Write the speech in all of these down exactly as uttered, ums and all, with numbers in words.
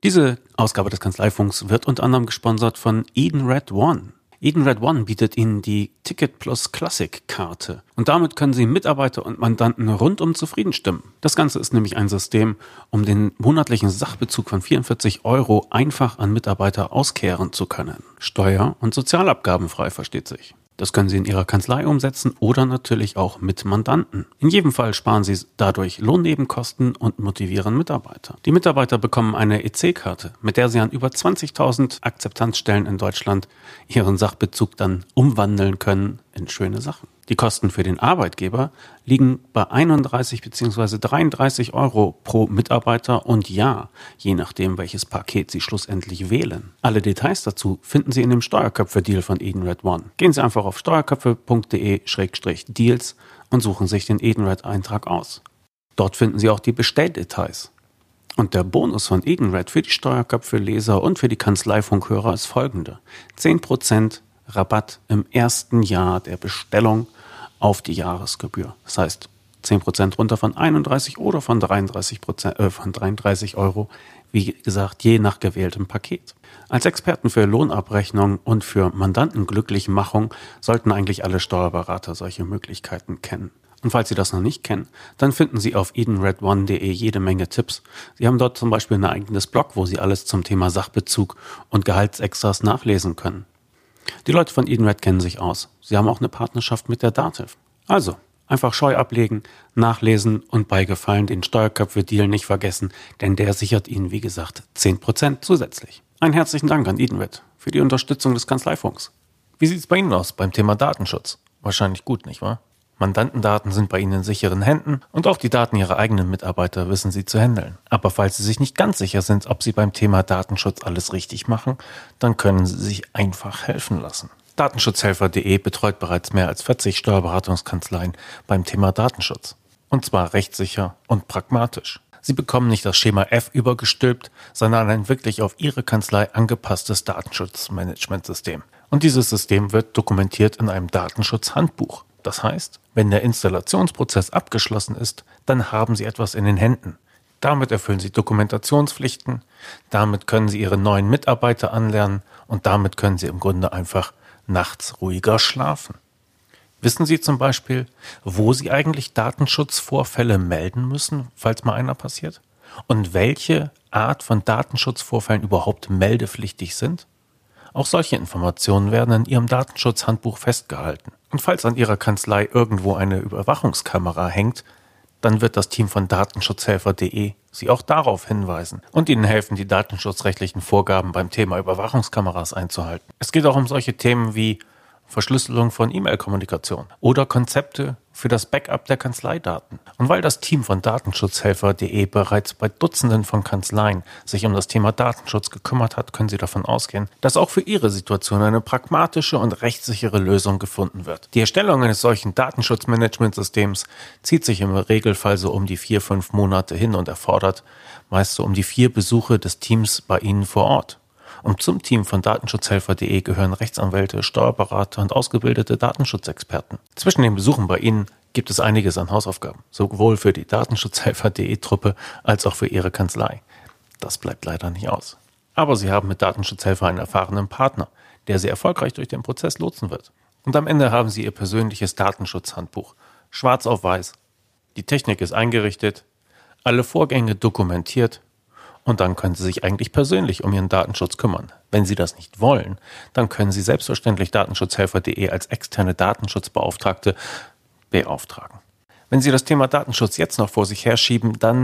Diese Ausgabe des Kanzleifunks wird unter anderem gesponsert von Edenred One. Edenred One bietet Ihnen die Ticket Plus Classic Karte und damit können Sie Mitarbeiter und Mandanten rundum zufrieden stimmen. Das Ganze ist nämlich ein System, um den monatlichen Sachbezug von vierundvierzig Euro einfach an Mitarbeiter auskehren zu können. Steuer- und sozialabgabenfrei, versteht sich. Das können Sie in Ihrer Kanzlei umsetzen oder natürlich auch mit Mandanten. In jedem Fall sparen Sie dadurch Lohnnebenkosten und motivieren Mitarbeiter. Die Mitarbeiter bekommen eine E C-Karte, mit der sie an über zwanzigtausend Akzeptanzstellen in Deutschland ihren Sachbezug dann umwandeln können in schöne Sachen. Die Kosten für den Arbeitgeber liegen bei einunddreißig bzw. dreiunddreißig Euro pro Mitarbeiter und Jahr, je nachdem, welches Paket Sie schlussendlich wählen. Alle Details dazu finden Sie in dem Steuerköpfe-Deal von Edenred One. Gehen Sie einfach auf steuerköpfe punkt de Schrägstrich deals und suchen sich den Edenred-Eintrag aus. Dort finden Sie auch die Bestelldetails. Und der Bonus von Edenred für die Steuerköpfe-Leser und für die Kanzleifunkhörer ist folgende: zehn Prozent Rabatt im ersten Jahr der Bestellung auf die Jahresgebühr. Das heißt, zehn Prozent runter von einunddreißig oder von dreiunddreißig Prozent, äh, von dreiunddreißig Euro, wie gesagt, je nach gewähltem Paket. Als Experten für Lohnabrechnung und für Mandantenglücklichmachung sollten eigentlich alle Steuerberater solche Möglichkeiten kennen. Und falls Sie das noch nicht kennen, dann finden Sie auf edenred one punkt de jede Menge Tipps. Sie haben dort zum Beispiel ein eigenes Blog, wo Sie alles zum Thema Sachbezug und Gehaltsextras nachlesen können. Die Leute von Edenred kennen sich aus. Sie haben auch eine Partnerschaft mit der Dativ. Also, einfach Scheu ablegen, nachlesen und bei Gefallen den Steuerköpfe-Deal nicht vergessen, denn der sichert Ihnen, wie gesagt, zehn Prozent zusätzlich. Einen herzlichen Dank an Edenred für die Unterstützung des Kanzleifunks. Wie sieht es bei Ihnen aus beim Thema Datenschutz? Wahrscheinlich gut, nicht wahr? Mandantendaten sind bei Ihnen in sicheren Händen und auch die Daten Ihrer eigenen Mitarbeiter wissen Sie zu handeln. Aber falls Sie sich nicht ganz sicher sind, ob Sie beim Thema Datenschutz alles richtig machen, dann können Sie sich einfach helfen lassen. Datenschutzhelfer punkt de betreut bereits mehr als vierzig Steuerberatungskanzleien beim Thema Datenschutz. Und zwar rechtssicher und pragmatisch. Sie bekommen nicht das Schema F übergestülpt, sondern ein wirklich auf Ihre Kanzlei angepasstes Datenschutzmanagementsystem. Und dieses System wird dokumentiert in einem Datenschutzhandbuch. Das heißt, wenn der Installationsprozess abgeschlossen ist, dann haben Sie etwas in den Händen. Damit erfüllen Sie Dokumentationspflichten, damit können Sie Ihre neuen Mitarbeiter anlernen und damit können Sie im Grunde einfach nachts ruhiger schlafen. Wissen Sie zum Beispiel, wo Sie eigentlich Datenschutzvorfälle melden müssen, falls mal einer passiert? Und welche Art von Datenschutzvorfällen überhaupt meldepflichtig sind? Auch solche Informationen werden in Ihrem Datenschutzhandbuch festgehalten. Und falls an Ihrer Kanzlei irgendwo eine Überwachungskamera hängt, dann wird das Team von Datenschutzhelfer punkt de Sie auch darauf hinweisen und Ihnen helfen, die datenschutzrechtlichen Vorgaben beim Thema Überwachungskameras einzuhalten. Es geht auch um solche Themen wie Verschlüsselung von E-Mail-Kommunikation oder Konzepte für das Backup der Kanzleidaten. Und weil das Team von Datenschutzhelfer punkt de bereits bei Dutzenden von Kanzleien sich um das Thema Datenschutz gekümmert hat, können Sie davon ausgehen, dass auch für Ihre Situation eine pragmatische und rechtssichere Lösung gefunden wird. Die Erstellung eines solchen Datenschutzmanagementsystems zieht sich im Regelfall so um die vier, fünf Monate hin und erfordert meist so um die vier Besuche des Teams bei Ihnen vor Ort. Und zum Team von Datenschutzhelfer punkt de gehören Rechtsanwälte, Steuerberater und ausgebildete Datenschutzexperten. Zwischen den Besuchen bei Ihnen gibt es einiges an Hausaufgaben, sowohl für die Datenschutzhelfer punkt de-Truppe als auch für Ihre Kanzlei. Das bleibt leider nicht aus. Aber Sie haben mit Datenschutzhelfer einen erfahrenen Partner, der Sie erfolgreich durch den Prozess lotsen wird. Und am Ende haben Sie Ihr persönliches Datenschutzhandbuch, schwarz auf weiß. Die Technik ist eingerichtet, alle Vorgänge dokumentiert. Und dann können Sie sich eigentlich persönlich um Ihren Datenschutz kümmern. Wenn Sie das nicht wollen, dann können Sie selbstverständlich Datenschutzhelfer punkt de als externe Datenschutzbeauftragte beauftragen. Wenn Sie das Thema Datenschutz jetzt noch vor sich herschieben, dann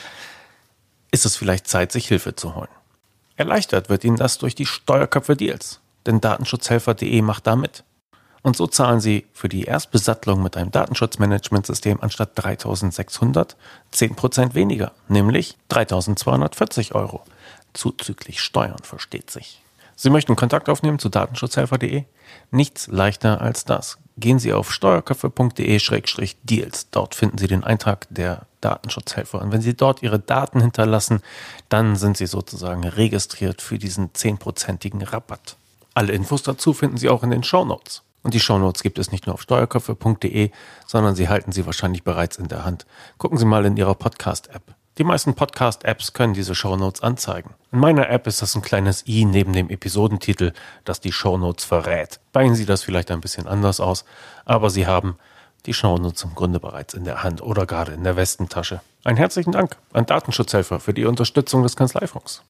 ist es vielleicht Zeit, sich Hilfe zu holen. Erleichtert wird Ihnen das durch die Steuerköpfe-Deals, denn Datenschutzhelfer punkt de macht da mit. Und so zahlen Sie für die Erstbesattlung mit einem Datenschutzmanagementsystem anstatt dreitausendsechshundert zehn Prozent weniger, nämlich dreitausendzweihundertvierzig Euro. Zuzüglich Steuern, versteht sich. Sie möchten Kontakt aufnehmen zu Datenschutzhelfer punkt de? Nichts leichter als das. Gehen Sie auf steuerköpfe punkt de-deals. Dort finden Sie den Eintrag der Datenschutzhelfer. Und wenn Sie dort Ihre Daten hinterlassen, dann sind Sie sozusagen registriert für diesen zehnprozentigen Rabatt. Alle Infos dazu finden Sie auch in den Shownotes. Und die Shownotes gibt es nicht nur auf steuerköpfe punkt de, sondern Sie halten sie wahrscheinlich bereits in der Hand. Gucken Sie mal in Ihrer Podcast-App. Die meisten Podcast-Apps können diese Shownotes anzeigen. In meiner App ist das ein kleines i neben dem Episodentitel, das die Shownotes verrät. Bei Ihnen sieht das vielleicht ein bisschen anders aus, aber Sie haben die Shownotes im Grunde bereits in der Hand oder gerade in der Westentasche. Einen herzlichen Dank an Datenschutzhelfer für die Unterstützung des Kanzleifunks.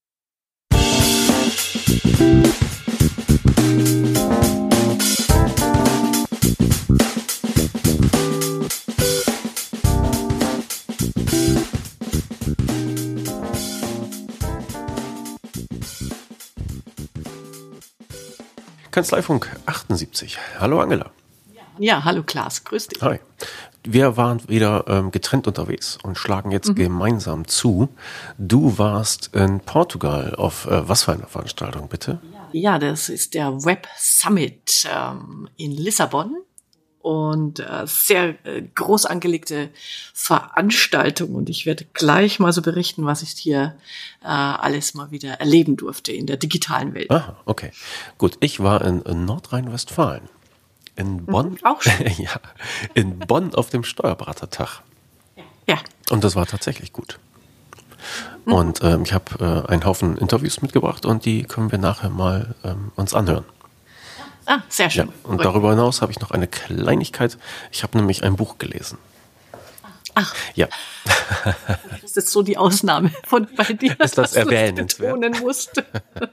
Kanzleifunk achtundsiebzig. Hallo Angela. Ja, hallo Klaas, grüß dich. Hi. Wir waren wieder ähm, getrennt unterwegs und schlagen jetzt mhm. gemeinsam zu. Du warst in Portugal auf äh, was für eine Veranstaltung, bitte? Ja, das ist der Web Summit ähm, in Lissabon. Und äh, sehr äh, groß angelegte Veranstaltung. Und ich werde gleich mal so berichten, was ich hier äh, alles mal wieder erleben durfte in der digitalen Welt. Aha, okay. Gut, ich war in, in Nordrhein-Westfalen. In Bonn. Mhm, auch schon. Ja, in Bonn auf dem Steuerberatertag. Ja. Und das war tatsächlich gut. Mhm. Und ähm, ich habe äh, einen Haufen Interviews mitgebracht und die können wir nachher mal ähm, uns anhören. Ah, sehr schön. Ja, und darüber hinaus habe ich noch eine Kleinigkeit. Ich habe nämlich ein Buch gelesen. Ach. Ja. Das ist so die Ausnahme von bei dir, ist das erwähnenswert? Betonen musst.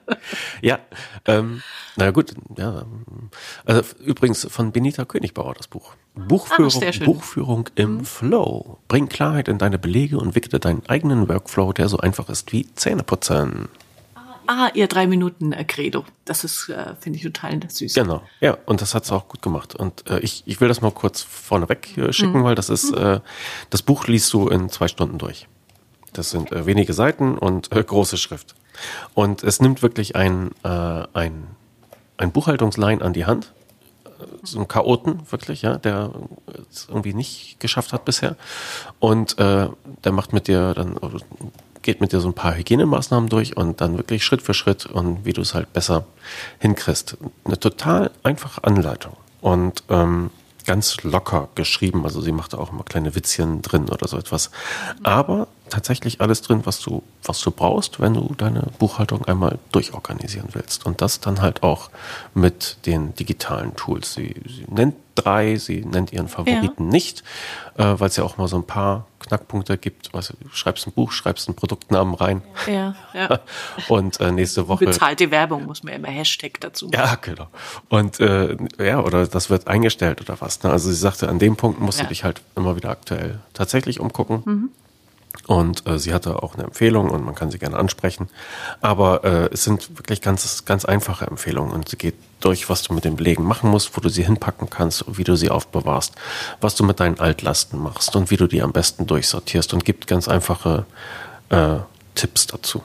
Ja, ähm, na gut, ja. Also übrigens von Benita Königbauer das Buch. Buchführung, Ach, Buchführung im mhm. Flow. Bring Klarheit in deine Belege und wickle deinen eigenen Workflow, der so einfach ist wie Zähneputzen. Ah, ihr drei Minuten Credo. Das ist, äh, finde ich, total süß. Genau, ja, und das hat es auch gut gemacht. Und äh, ich, ich will das mal kurz vorneweg äh, schicken, mhm. weil das ist, äh, das Buch liest du in zwei Stunden durch. Das sind äh, wenige Seiten und äh, große Schrift. Und es nimmt wirklich ein, äh, ein, ein Buchhaltungslein an die Hand, so ein Chaoten wirklich, ja, der es irgendwie nicht geschafft hat bisher. Und äh, der macht mit dir dann geht mit dir so ein paar Hygienemaßnahmen durch und dann wirklich Schritt für Schritt und wie du es halt besser hinkriegst. Eine total einfache Anleitung und ähm, ganz locker geschrieben. Also sie macht da auch immer kleine Witzchen drin oder so etwas. Aber tatsächlich alles drin, was du, was du brauchst, wenn du deine Buchhaltung einmal durchorganisieren willst. Und das dann halt auch mit den digitalen Tools. Sie, sie nennt drei, sie nennt ihren Favoriten ja. nicht, äh, weil es ja auch mal so ein paar Knackpunkte gibt. Also, du schreibst ein Buch, schreibst einen Produktnamen rein. Ja, ja. Und äh, nächste Woche... Bezahlte Werbung muss man immer Hashtag dazu machen. Ja, genau. Und äh, ja, oder das wird eingestellt oder was. Ne? Also sie sagte, an dem Punkt musst ja. du dich halt immer wieder aktuell tatsächlich umgucken. Mhm. Und äh, sie hatte auch eine Empfehlung und man kann sie gerne ansprechen. Aber äh, es sind wirklich ganz, ganz einfache Empfehlungen und sie geht durch, was du mit den Belegen machen musst, wo du sie hinpacken kannst, wie du sie aufbewahrst, was du mit deinen Altlasten machst und wie du die am besten durchsortierst und gibt ganz einfache äh, Tipps dazu.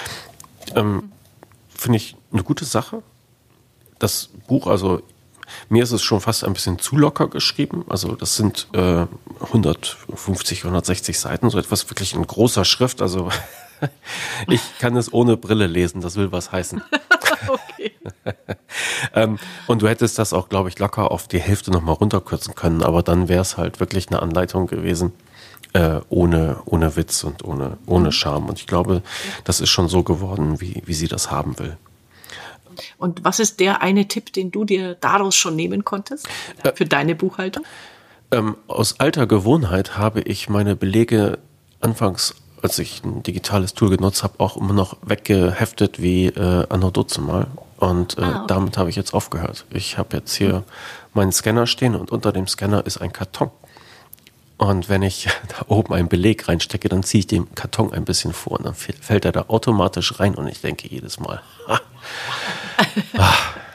Ähm, finde ich eine gute Sache. Das Buch, also mir ist es schon fast ein bisschen zu locker geschrieben. Also das sind äh, hundertfünfzig, hundertsechzig Seiten, so etwas wirklich in großer Schrift. Also ich kann es ohne Brille lesen, das will was heißen. Okay. ähm, und du hättest das auch, glaube ich, locker auf die Hälfte nochmal runterkürzen können, aber dann wäre es halt wirklich eine Anleitung gewesen, äh, ohne, ohne Witz und ohne, ohne Charme. Und ich glaube, das ist schon so geworden, wie, wie sie das haben will. Und was ist der eine Tipp, den du dir daraus schon nehmen konntest für äh, deine Buchhaltung? Ähm, aus alter Gewohnheit habe ich meine Belege anfangs, als ich ein digitales Tool genutzt habe, auch immer noch weggeheftet wie äh, anno Dutzendmal. Und äh, ah, okay. damit habe ich jetzt aufgehört. Ich habe jetzt hier mhm. meinen Scanner stehen und unter dem Scanner ist ein Karton. Und wenn ich da oben einen Beleg reinstecke, dann ziehe ich den Karton ein bisschen vor und dann fällt er da automatisch rein und ich denke jedes Mal, ah, ah,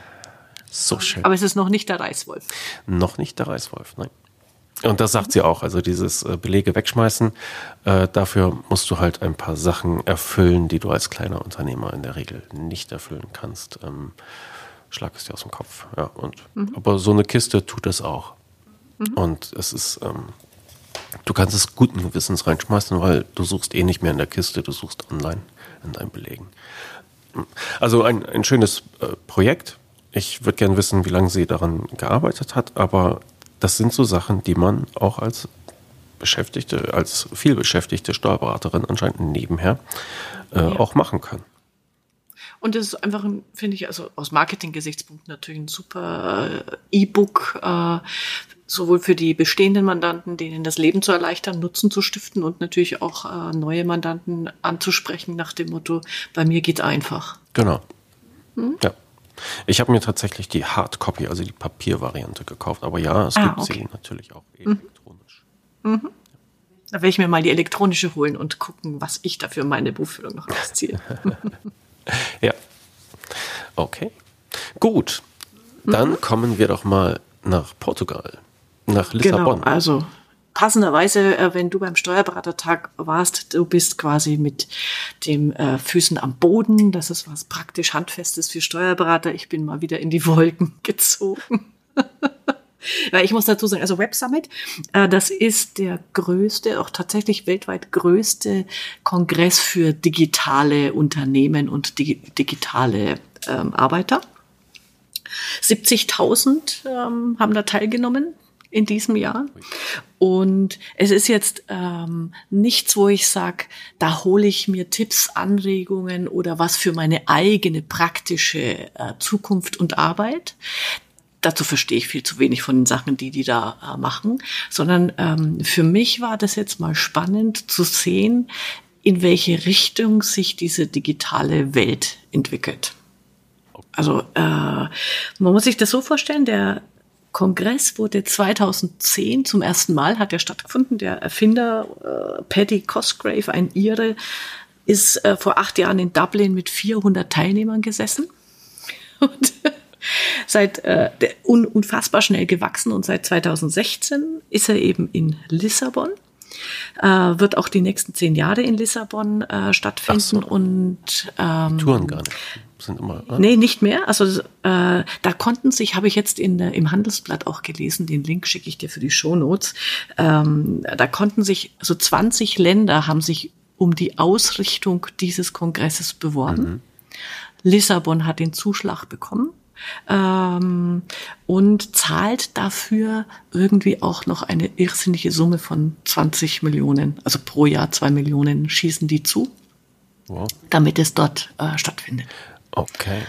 so schön. Aber es ist noch nicht der Reißwolf. Noch nicht der Reißwolf, nein. Und das sagt sie auch, also dieses äh, Belege wegschmeißen, äh, dafür musst du halt ein paar Sachen erfüllen, die du als kleiner Unternehmer in der Regel nicht erfüllen kannst. Ähm, schlag es dir aus dem Kopf. Ja, und, mhm. Aber so eine Kiste tut es auch. Mhm. Und es ist... Ähm, Du kannst es guten Gewissens reinschmeißen, weil du suchst eh nicht mehr in der Kiste, du suchst online in deinen Belegen. Also ein, ein schönes äh, Projekt. Ich würde gerne wissen, wie lange sie daran gearbeitet hat, aber das sind so Sachen, die man auch als Beschäftigte, als vielbeschäftigte Steuerberaterin anscheinend nebenher äh, ja. auch machen können. Und das ist einfach, finde ich, also aus Marketing-Gesichtspunkten natürlich ein super äh, E-Book, äh, sowohl für die bestehenden Mandanten, denen das Leben zu erleichtern, Nutzen zu stiften und natürlich auch äh, neue Mandanten anzusprechen nach dem Motto, bei mir geht's einfach. Genau. Hm? Ja. Ich habe mir tatsächlich die Hardcopy, also die Papiervariante gekauft, aber ja, es ah, gibt okay. sie natürlich auch elektronisch. Mhm. Da werde ich mir mal die elektronische holen und gucken, was ich dafür meine Buchführung noch rausziehe. Ja. Okay. Gut. Dann mhm. kommen wir doch mal nach Portugal, nach Lissabon. Genau, also passenderweise, äh, wenn du beim Steuerberatertag warst, du bist quasi mit dem äh, Füßen am Boden. Das ist was praktisch Handfestes für Steuerberater. Ich bin mal wieder in die Wolken gezogen. Weil ich muss dazu sagen, also Web Summit, äh, das ist der größte, auch tatsächlich weltweit größte Kongress für digitale Unternehmen und dig- digitale ähm, Arbeiter. siebzigtausend ähm, haben da teilgenommen in diesem Jahr. Und es ist jetzt ähm, nichts, wo ich sage, da hole ich mir Tipps, Anregungen oder was für meine eigene praktische äh, Zukunft und Arbeit. Dazu verstehe ich viel zu wenig von den Sachen, die die da äh, machen, sondern ähm, für mich war das jetzt mal spannend zu sehen, in welche Richtung sich diese digitale Welt entwickelt. Also äh, man muss sich das so vorstellen, der Kongress wurde zweitausendzehn zum ersten Mal, hat er stattgefunden. Der Erfinder äh, Paddy Cosgrave, ein Ire, ist äh, vor acht Jahren in Dublin mit vierhundert Teilnehmern gesessen. Und seit äh, un, unfassbar schnell gewachsen und seit zweitausendsechzehn ist er eben in Lissabon. Äh, wird auch die nächsten zehn Jahre in Lissabon äh, stattfinden. Ach so. Und ähm, die Touren gar nicht. Sind immer, äh? Nee, nicht mehr. Also äh, da konnten sich, habe ich jetzt in, im Handelsblatt auch gelesen, den Link schicke ich dir für die Shownotes, ähm, da konnten sich, so zwanzig Länder haben sich um die Ausrichtung dieses Kongresses beworben. Mhm. Lissabon hat den Zuschlag bekommen. Ähm, und zahlt dafür irgendwie auch noch eine irrsinnige Summe von zwanzig Millionen, also pro Jahr zwei Millionen schießen die zu, wow. damit es dort äh, stattfindet. Okay.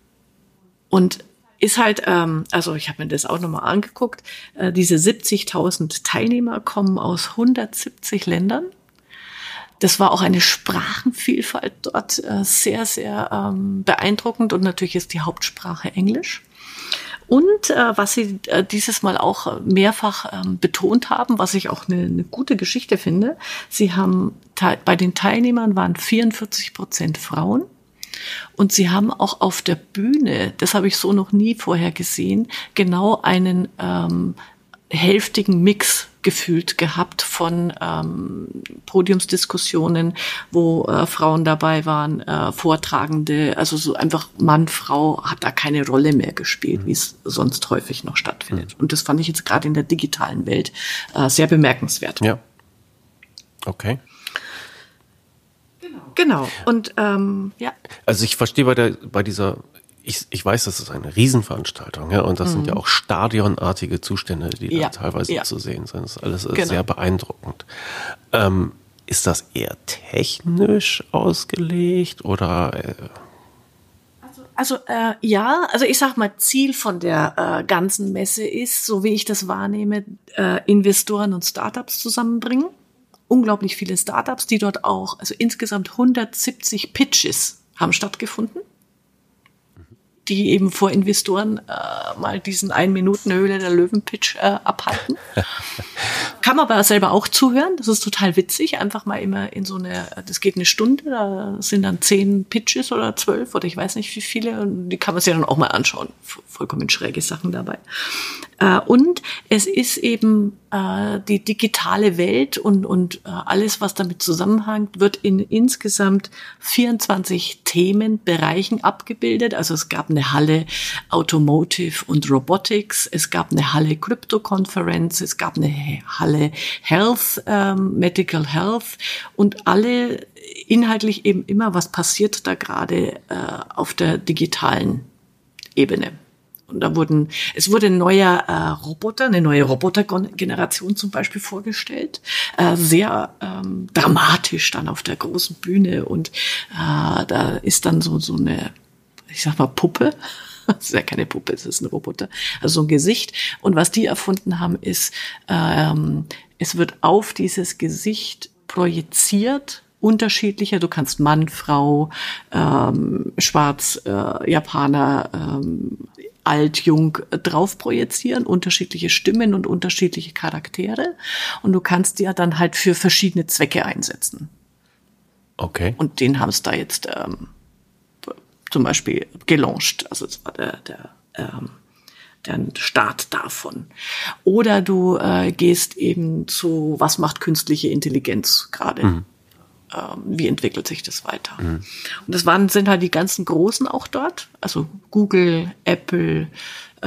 Und ist halt, ähm, also ich habe mir das auch nochmal angeguckt, äh, diese siebzigtausend Teilnehmer kommen aus hundertsiebzig Ländern. Das war auch eine Sprachenvielfalt dort äh, sehr, sehr ähm, beeindruckend und natürlich ist die Hauptsprache Englisch. Und äh, was sie äh, dieses Mal auch mehrfach ähm, betont haben, was ich auch eine, eine gute Geschichte finde, sie haben te- bei den Teilnehmern waren vierundvierzig Prozent Frauen und sie haben auch auf der Bühne, das habe ich so noch nie vorher gesehen, genau einen ähm, hälftigen Mix gefühlt gehabt von ähm, Podiumsdiskussionen, wo äh, Frauen dabei waren, äh, Vortragende, also so einfach Mann, Frau hat da keine Rolle mehr gespielt, mhm. wie es sonst häufig noch stattfindet. Mhm. Und das fand ich jetzt gerade in der digitalen Welt äh, sehr bemerkenswert. Ja. Okay. Genau. Genau. Und ähm, ja. Also ich verstehe bei der bei dieser Ich, ich weiß, das ist eine Riesenveranstaltung, ja, und das mhm. sind ja auch stadionartige Zustände, die da ja, teilweise ja. zu sehen sind. Das ist alles genau. sehr beeindruckend. Ähm, ist das eher technisch ausgelegt oder? Äh Also, also äh, ja, also ich sag mal, Ziel von der äh, ganzen Messe ist, so wie ich das wahrnehme, äh, Investoren und Startups zusammenbringen. Unglaublich viele Startups, die dort auch, also insgesamt hundertsiebzig Pitches haben stattgefunden, die eben vor Investoren äh, mal diesen Ein-Minuten-Höhle der Löwen-Pitch äh, abhalten. Kann man aber selber auch zuhören, das ist total witzig, einfach mal immer in so eine, das geht eine Stunde, da sind dann zehn Pitches oder zwölf oder ich weiß nicht wie viele und die kann man sich dann auch mal anschauen, vollkommen schräge Sachen dabei. Äh, und es ist eben äh, die digitale Welt und, und äh, alles, was damit zusammenhängt, wird in insgesamt vierundzwanzig Themenbereichen abgebildet. Also es gab eine Halle Automotive und Robotics, es gab eine Halle Crypto-Conference, es gab eine Halle Health, ähm, Medical Health und alle inhaltlich eben immer, was passiert da gerade äh, auf der digitalen Ebene. Und da wurden, es wurde ein neuer äh, Roboter, eine neue Robotergeneration zum Beispiel vorgestellt, äh, sehr ähm, dramatisch dann auf der großen Bühne und äh, da ist dann so so eine, ich sag mal Puppe, das ist ja keine Puppe, es ist ein Roboter, also so ein Gesicht. Und was die erfunden haben, ist, ähm, es wird auf dieses Gesicht projiziert, unterschiedlicher. Du kannst Mann, Frau, ähm, Schwarz, äh, Japaner, ähm, alt, jung drauf projizieren, unterschiedliche Stimmen und unterschiedliche Charaktere. Und du kannst die ja dann halt für verschiedene Zwecke einsetzen. Okay. Und den haben es da jetzt ähm, zum Beispiel gelauncht. Also das war der, der, ähm, der Start davon. Oder du äh, gehst eben zu, was macht künstliche Intelligenz gerade? Mhm. Wie entwickelt sich das weiter? Mhm. Und das waren, sind halt die ganzen Großen auch dort. Also Google, Apple, äh,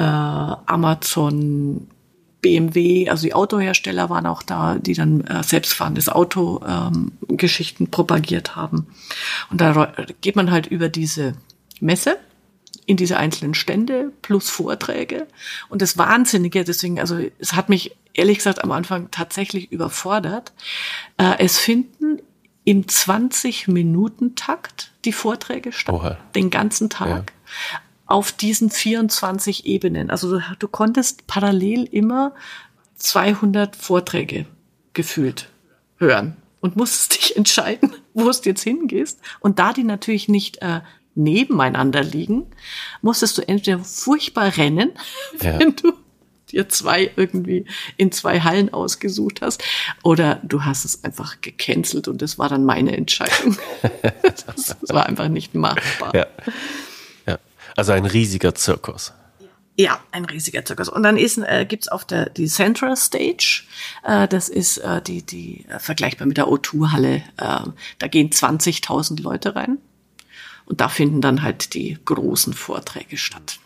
Amazon, B M W, also die Autohersteller waren auch da, die dann äh, selbstfahrendes Auto ähm, Geschichten propagiert haben. Und da geht man halt über diese Messe in diese einzelnen Stände plus Vorträge. Und das Wahnsinnige, deswegen, also es hat mich ehrlich gesagt am Anfang tatsächlich überfordert. Äh, es finden im zwanzig-Minuten-Takt die Vorträge statt, Oha. Den ganzen Tag, ja. Auf diesen vierundzwanzig Ebenen. Also du, du konntest parallel immer zweihundert Vorträge gefühlt hören und musstest dich entscheiden, wo du jetzt hingehst. Und da die natürlich nicht äh, nebeneinander liegen, musstest du entweder furchtbar rennen, ja. wenn du dir zwei irgendwie in zwei Hallen ausgesucht hast, oder du hast es einfach gecancelt und das war dann meine Entscheidung. Das war einfach nicht machbar. Ja. Ja. Also ein riesiger Zirkus. Ja, ein riesiger Zirkus. Und dann ist, äh, gibt's auf der die Central Stage, äh, das ist äh, die die äh, vergleichbar mit der O zwei Halle. Äh, da gehen zwanzigtausend Leute rein und da finden dann halt die großen Vorträge statt.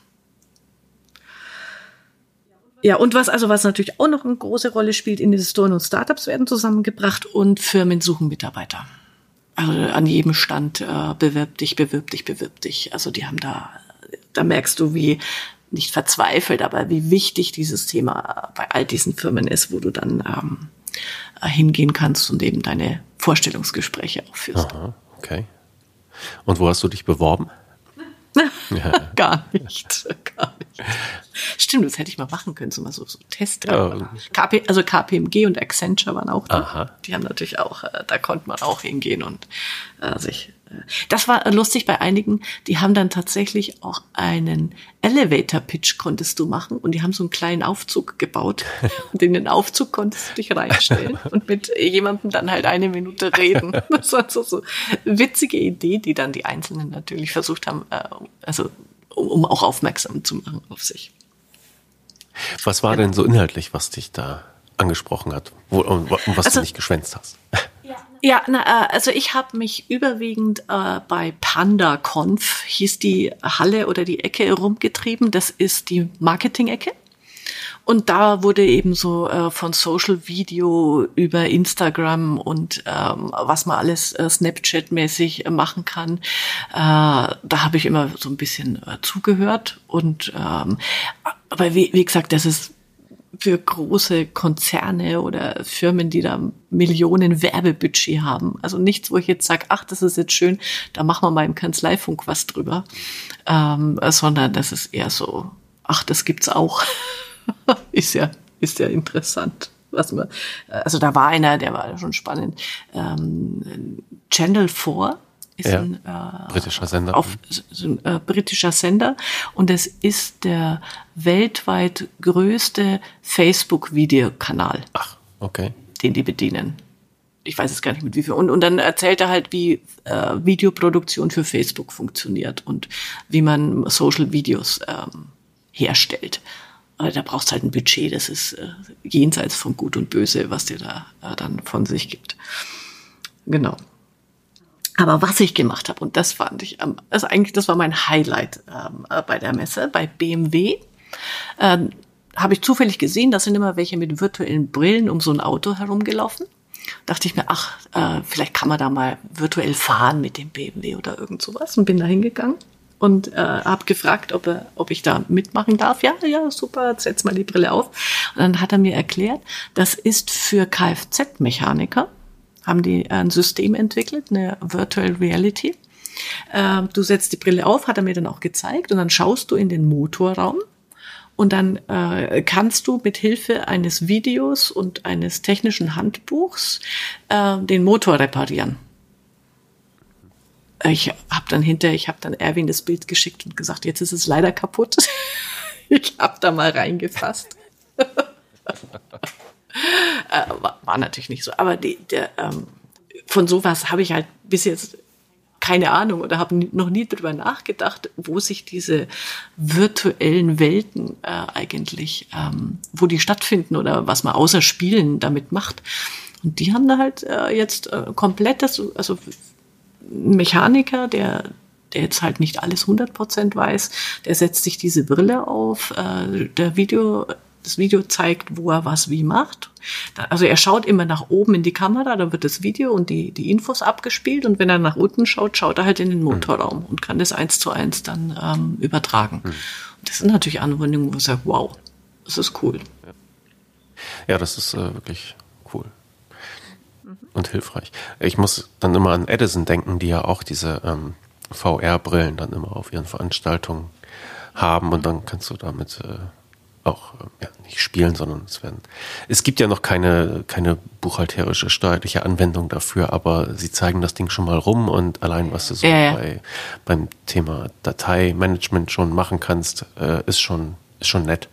Ja, und was also was natürlich auch noch eine große Rolle spielt, Investoren und Startups werden zusammengebracht und Firmen suchen Mitarbeiter. Also an jedem Stand äh, bewirb dich, bewirb dich, bewirb dich. Also die haben da, da merkst du, wie nicht verzweifelt, aber wie wichtig dieses Thema bei all diesen Firmen ist, wo du dann ähm, hingehen kannst und eben deine Vorstellungsgespräche auch führst. Aha, okay. Und wo hast du dich beworben? Ja. Gar nicht, gar nicht. Stimmt, das hätte ich mal machen können, so mal so, so Test. Ja. K P, also K P M G und Accenture waren auch da. Aha. Die haben natürlich auch, äh, da konnte man auch hingehen und äh, sich. Äh, das war lustig bei einigen, die haben dann tatsächlich auch einen Elevator-Pitch konntest du machen und die haben so einen kleinen Aufzug gebaut und in den Aufzug konntest du dich reinstellen und mit jemandem dann halt eine Minute reden. Das war so, so witzige Idee, die dann die Einzelnen natürlich versucht haben, äh, also um, um auch aufmerksam zu machen auf sich. Was war ja. denn so inhaltlich, was dich da angesprochen hat, wo, um, um was also, du nicht geschwänzt hast? Ja, na, also ich habe mich überwiegend äh, bei PandaConf, hieß die Halle oder die Ecke, rumgetrieben. Das ist die Marketing-Ecke. Und da wurde eben so äh, von Social Video über Instagram und ähm, was man alles äh, Snapchat-mäßig äh, machen kann, äh, da habe ich immer so ein bisschen äh, zugehört. Und ähm, aber wie, wie gesagt, das ist für große Konzerne oder Firmen, die da Millionen Werbebudget haben. Also nichts, wo ich jetzt sage, ach, das ist jetzt schön, da machen wir mal im Kanzleifunk was drüber, ähm, sondern das ist eher so, ach, das gibt's auch. ist ja, ist ja interessant. Was man, also da war einer, der war schon spannend. Ähm, Channel vier ist ja, ein äh, britischer Sender. Auf, so ein äh, britischer Sender und es ist der weltweit größte Facebook-Videokanal. Ach, okay. Den die bedienen. Ich weiß es gar nicht mit wie viel. Und, und dann erzählt er halt, wie äh, Videoproduktion für Facebook funktioniert und wie man Social Videos ähm, herstellt. Da brauchst du halt ein Budget, das ist äh, jenseits von Gut und Böse, was dir da äh, dann von sich gibt. Genau. Aber was ich gemacht habe, und das fand ich, ähm, also eigentlich, das war mein Highlight ähm, äh, bei der Messe, bei B M W, ähm, habe ich zufällig gesehen, da sind immer welche mit virtuellen Brillen um so ein Auto herumgelaufen. Dachte ich mir, ach, äh, vielleicht kann man da mal virtuell fahren mit dem B M W oder irgend sowas und bin da hingegangen. und äh, habe gefragt, ob, er, ob ich da mitmachen darf. Ja, ja, super, setz mal die Brille auf. Und dann hat er mir erklärt, das ist für Kfz-Mechaniker, haben die ein System entwickelt, eine Virtual Reality. Äh, du setzt die Brille auf, hat er mir dann auch gezeigt, und dann schaust du in den Motorraum. Und dann äh, kannst du mit Hilfe eines Videos und eines technischen Handbuchs äh, den Motor reparieren. Ich habe dann hinterher, ich habe dann Erwin das Bild geschickt und gesagt, jetzt ist es leider kaputt. Ich habe da mal reingefasst. äh, war, war natürlich nicht so. Aber die, der, ähm, von sowas habe ich halt bis jetzt keine Ahnung oder habe noch nie drüber nachgedacht, wo sich diese virtuellen Welten äh, eigentlich, ähm, wo die stattfinden oder was man außer Spielen damit macht. Und die haben da halt äh, jetzt äh, komplett das, also ein Mechaniker, der, der jetzt halt nicht alles hundert Prozent weiß, der setzt sich diese Brille auf, äh, der Video, das Video zeigt, wo er was wie macht. Also er schaut immer nach oben in die Kamera, dann wird das Video und die, die Infos abgespielt, und wenn er nach unten schaut, schaut er halt in den Motorraum mhm. und kann das eins zu eins dann ähm, übertragen. Mhm. Und das sind natürlich Anwendungen, wo man sagt, wow, das ist cool. Ja, ja das ist äh, wirklich cool. Mhm. Und hilfreich. Ich muss dann immer an Edison denken, die ja auch diese ähm, V R-Brillen dann immer auf ihren Veranstaltungen haben, und dann kannst du damit äh, auch ja, nicht spielen, sondern es werden. Es gibt ja noch keine, keine buchhalterische, steuerliche Anwendung dafür, aber sie zeigen das Ding schon mal rum, und allein, was du so ja, ja. bei, beim Thema Dateimanagement schon machen kannst, äh, ist schon, ist schon nett.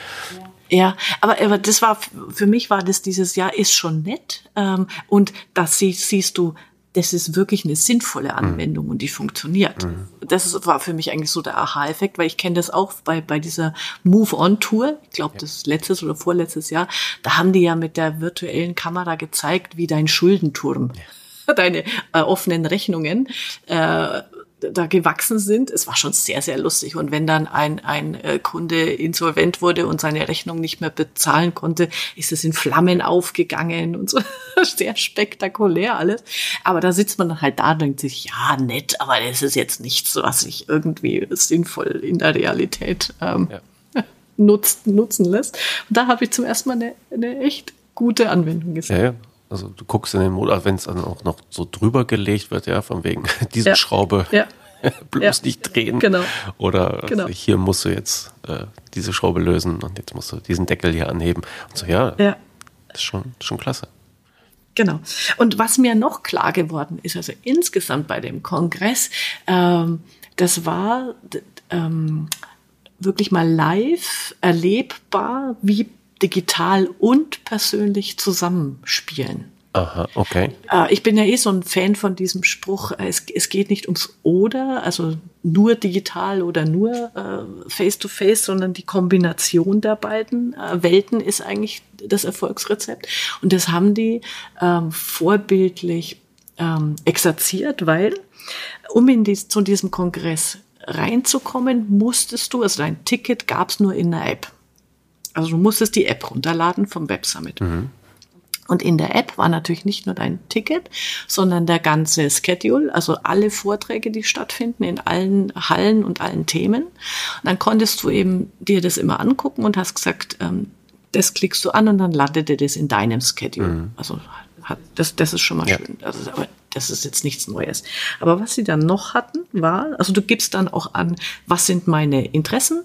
Ja, aber, aber das war, für mich war das dieses Jahr ist schon nett, ähm, und das sie, siehst du, das ist wirklich eine sinnvolle Anwendung mhm. und die funktioniert. Mhm. Das ist, war für mich eigentlich so der Aha-Effekt, weil ich kenne das auch bei, bei dieser Move-On-Tour, ich glaube, ja. das letztes oder vorletztes Jahr, da haben die ja mit der virtuellen Kamera gezeigt, wie dein Schuldenturm, ja. deine äh, offenen Rechnungen äh, da gewachsen sind. Es war schon sehr, sehr lustig. Und wenn dann ein, ein äh, Kunde insolvent wurde und seine Rechnung nicht mehr bezahlen konnte, ist es in Flammen aufgegangen und so. Sehr spektakulär alles. Aber da sitzt man dann halt da und denkt sich, ja, nett, aber das ist jetzt nichts, was sich irgendwie sinnvoll in der Realität ähm, ja. nutzt, nutzen lässt. Und da habe ich zum ersten Mal eine, eine echt gute Anwendung gesehen. Ja, ja. Also du guckst in den Motor, wenn es dann auch noch so drüber gelegt wird, ja, von wegen diese ja. Schraube ja. bloß ja. nicht drehen. Genau. Oder genau. Also hier musst du jetzt äh, diese Schraube lösen und jetzt musst du diesen Deckel hier anheben. Und so, ja, ja. ist schon, schon klasse. Genau. Und was mir noch klar geworden ist, also insgesamt bei dem Kongress, ähm, das war d- ähm, wirklich mal live erlebbar, wie digital und persönlich zusammenspielen. Aha, okay. Äh, ich bin ja eh so ein Fan von diesem Spruch, äh, es, es geht nicht ums Oder, also nur digital oder nur äh, face-to-face, sondern die Kombination der beiden äh, Welten ist eigentlich das Erfolgsrezept. Und das haben die ähm, vorbildlich ähm, exerziert, weil um in dies, zu diesem Kongress reinzukommen, musstest du, also dein Ticket gab es nur in der App. Also du musstest die App runterladen vom Web Summit. Mhm. Und in der App war natürlich nicht nur dein Ticket, sondern der ganze Schedule, also alle Vorträge, die stattfinden in allen Hallen und allen Themen. Und dann konntest du eben dir das immer angucken und hast gesagt, ähm, das klickst du an und dann landete das in deinem Schedule. Mhm. Also hat, das, das ist schon mal ja. schön. Also, aber das ist jetzt nichts Neues. Aber was sie dann noch hatten, war, also du gibst dann auch an, was sind meine Interessen?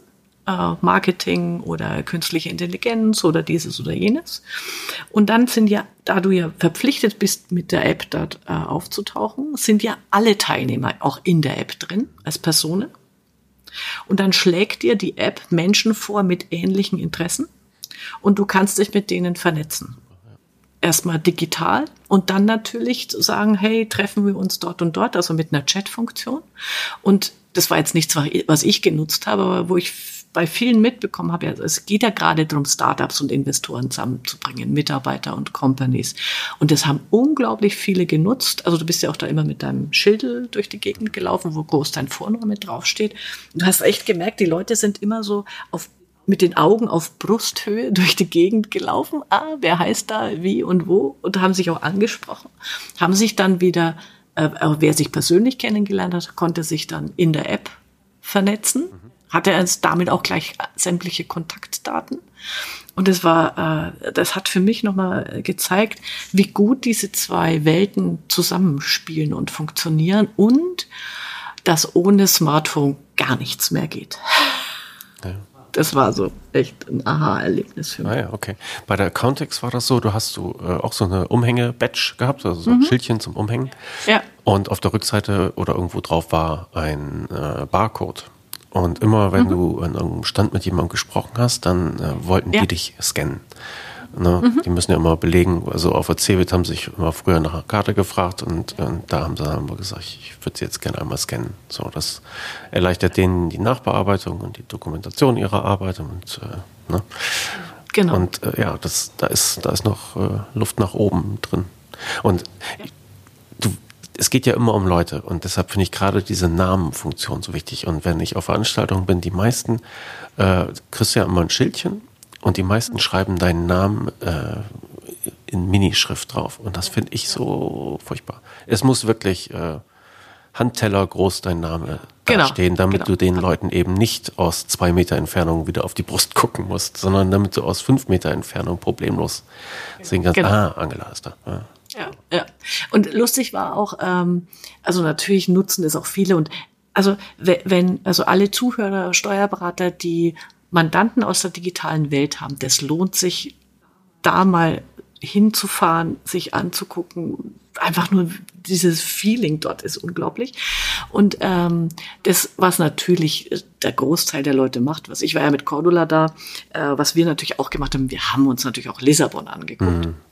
Marketing oder künstliche Intelligenz oder dieses oder jenes. Und dann sind ja, da du ja verpflichtet bist, mit der App dort äh, aufzutauchen, sind ja alle Teilnehmer auch in der App drin, als Personen. Und dann schlägt dir die App Menschen vor mit ähnlichen Interessen und du kannst dich mit denen vernetzen. Erstmal digital und dann natürlich sagen, hey, treffen wir uns dort und dort, also mit einer Chat-Funktion. Und das war jetzt nichts, was ich genutzt habe, aber wo ich bei vielen mitbekommen habe, ja, es geht ja gerade darum, Startups und Investoren zusammenzubringen, Mitarbeiter und Companies. Und das haben unglaublich viele genutzt. Also du bist ja auch da immer mit deinem Schildel durch die Gegend gelaufen, wo groß dein Vorname draufsteht. Und du hast echt gemerkt, die Leute sind immer so auf mit den Augen auf Brusthöhe durch die Gegend gelaufen. Ah, wer heißt da, wie und wo? Und haben sich auch angesprochen. Haben sich dann wieder, äh, wer sich persönlich kennengelernt hat, konnte sich dann in der App vernetzen. Mhm. Hatte er uns damit auch gleich sämtliche Kontaktdaten. Und das war, äh, das hat für mich nochmal gezeigt, wie gut diese zwei Welten zusammenspielen und funktionieren und dass ohne Smartphone gar nichts mehr geht. Ja. Das war so echt ein Aha-Erlebnis für mich. Ah ja, okay. Bei der Accountex war das so, du hast du äh, auch so eine Umhänge-Badge gehabt, also so ein mhm. Schildchen zum Umhängen. Ja. Und auf der Rückseite oder irgendwo drauf war ein äh, Barcode. Und immer, wenn mhm. du an irgendeinem Stand mit jemandem gesprochen hast, dann äh, wollten ja. die dich scannen. Ne? Mhm. Die müssen ja immer belegen, also auf der C E B I T haben sich immer früher nach einer Karte gefragt und, und da haben sie dann immer gesagt, ich würde sie jetzt gerne einmal scannen. So, das erleichtert denen die Nachbearbeitung und die Dokumentation ihrer Arbeit. Und, äh, ne? Genau. Und äh, ja, das, da ist, da ist noch äh, Luft nach oben drin. Und ja. du es geht ja immer um Leute und deshalb finde ich gerade diese Namenfunktion so wichtig. Und wenn ich auf Veranstaltungen bin, die meisten, äh, kriegst du ja immer ein Schildchen und die meisten schreiben deinen Namen äh, in Minischrift drauf. Und das finde ich so furchtbar. Es muss wirklich äh, Handteller groß dein Name genau, dastehen, damit genau. du den Leuten eben nicht aus zwei Meter Entfernung wieder auf die Brust gucken musst, sondern damit du aus fünf Meter Entfernung problemlos sehen kannst, genau. ah, Angela ist da. Ja. Ja, ja. Und lustig war auch, ähm, also natürlich nutzen es auch viele und also wenn, also alle Zuhörer, Steuerberater, die Mandanten aus der digitalen Welt haben, das lohnt sich, da mal hinzufahren, sich anzugucken. Einfach nur dieses Feeling dort ist unglaublich. Und ähm, das, was natürlich der Großteil der Leute macht, was ich war ja mit Cordula da, äh, was wir natürlich auch gemacht haben, wir haben uns natürlich auch Lissabon angeguckt. Mhm.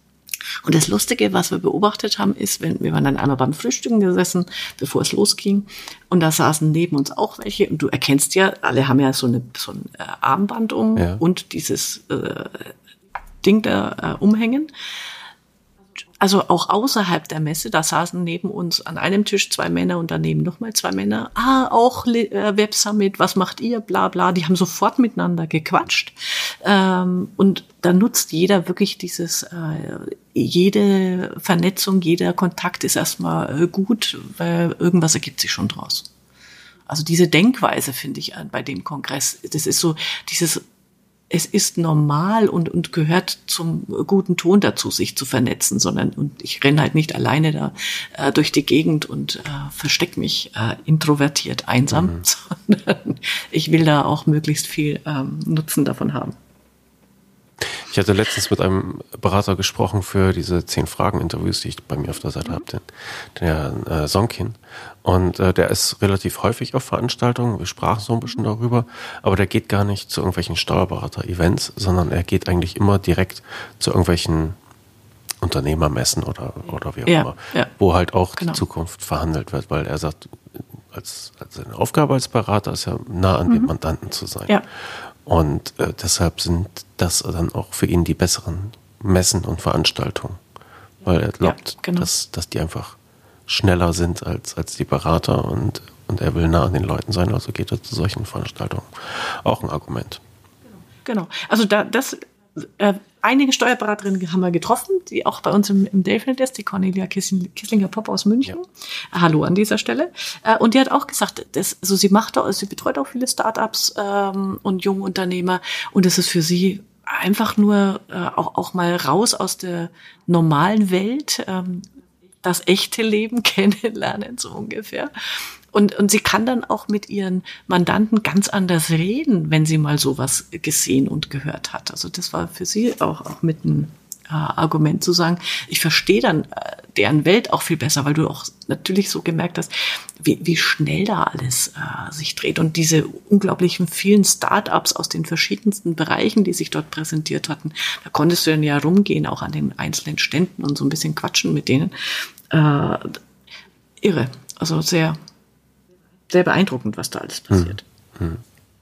Und das Lustige, was wir beobachtet haben, ist, wenn wir waren dann einmal beim Frühstücken gesessen, bevor es losging, und da saßen neben uns auch welche, und du erkennst ja, alle haben ja so, eine, so ein äh, Armband um ja. und dieses äh, Ding da äh, umhängen. Also auch außerhalb der Messe, da saßen neben uns an einem Tisch zwei Männer und daneben nochmal zwei Männer. Ah, auch äh, Web Summit, was macht ihr? Bla bla. Die haben sofort miteinander gequatscht. Ähm, und da nutzt jeder wirklich dieses, äh, jede Vernetzung, jeder Kontakt ist erstmal äh, gut, weil irgendwas ergibt sich schon draus. Also diese Denkweise finde ich bei dem Kongress, das ist so dieses, es ist normal und, und gehört zum guten Ton dazu, sich zu vernetzen, sondern, und ich renne halt nicht alleine da äh, durch die Gegend und äh, verstecke mich äh, introvertiert einsam, mhm. sondern ich will da auch möglichst viel ähm, Nutzen davon haben. Ich hatte letztens mit einem Berater gesprochen für diese zehn Fragen-Interviews, die ich bei mir auf der Seite mhm. habe, den, der äh, Sonkin. Und äh, der ist relativ häufig auf Veranstaltungen, wir sprachen so ein bisschen darüber, aber der geht gar nicht zu irgendwelchen Steuerberater-Events, sondern er geht eigentlich immer direkt zu irgendwelchen Unternehmermessen oder, oder wie auch ja, immer, ja. wo halt auch genau. die Zukunft verhandelt wird, weil er sagt, als, als seine Aufgabe als Berater ist ja nah an mhm. dem Mandanten zu sein. Ja. Und äh, deshalb sind das dann auch für ihn die besseren Messen und Veranstaltungen, weil er glaubt, ja, genau. dass, dass die einfach schneller sind als, als die Berater und, und er will nah an den Leuten sein, also geht er zu solchen Veranstaltungen. Auch ein Argument. Genau, also da das äh, einige Steuerberaterinnen haben wir getroffen, die auch bei uns im, im Delphinet ist, die Cornelia Kisslinger-Popp aus München. Ja. Hallo an dieser Stelle. Äh, und die hat auch gesagt, dass, also sie macht auch, sie betreut auch viele Startups ähm, und junge Unternehmer und es ist für sie einfach nur äh, auch, auch mal raus aus der normalen Welt, ähm, das echte Leben kennenlernen, so ungefähr. Und, und sie kann dann auch mit ihren Mandanten ganz anders reden, wenn sie mal sowas gesehen und gehört hat. Also das war für sie auch, auch mit ein äh, Argument zu sagen, ich verstehe dann äh, deren Welt auch viel besser, weil du auch natürlich so gemerkt hast, wie, wie schnell da alles äh, sich dreht. Und diese unglaublichen vielen Start-ups aus den verschiedensten Bereichen, die sich dort präsentiert hatten, da konntest du dann ja rumgehen, auch an den einzelnen Ständen und so ein bisschen quatschen mit denen. Äh, irre, also sehr... sehr beeindruckend, was da alles passiert. Mhm.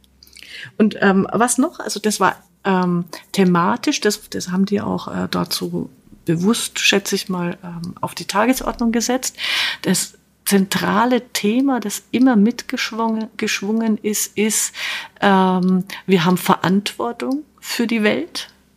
Und ähm, was noch? Also das war ähm, thematisch, das, das haben die auch äh, dort so bewusst, schätze ich mal, ähm, auf die Tagesordnung gesetzt. Das zentrale Thema, das immer mitgeschwungen geschwungen ist, ist, ähm, wir haben Verantwortung für die Welt.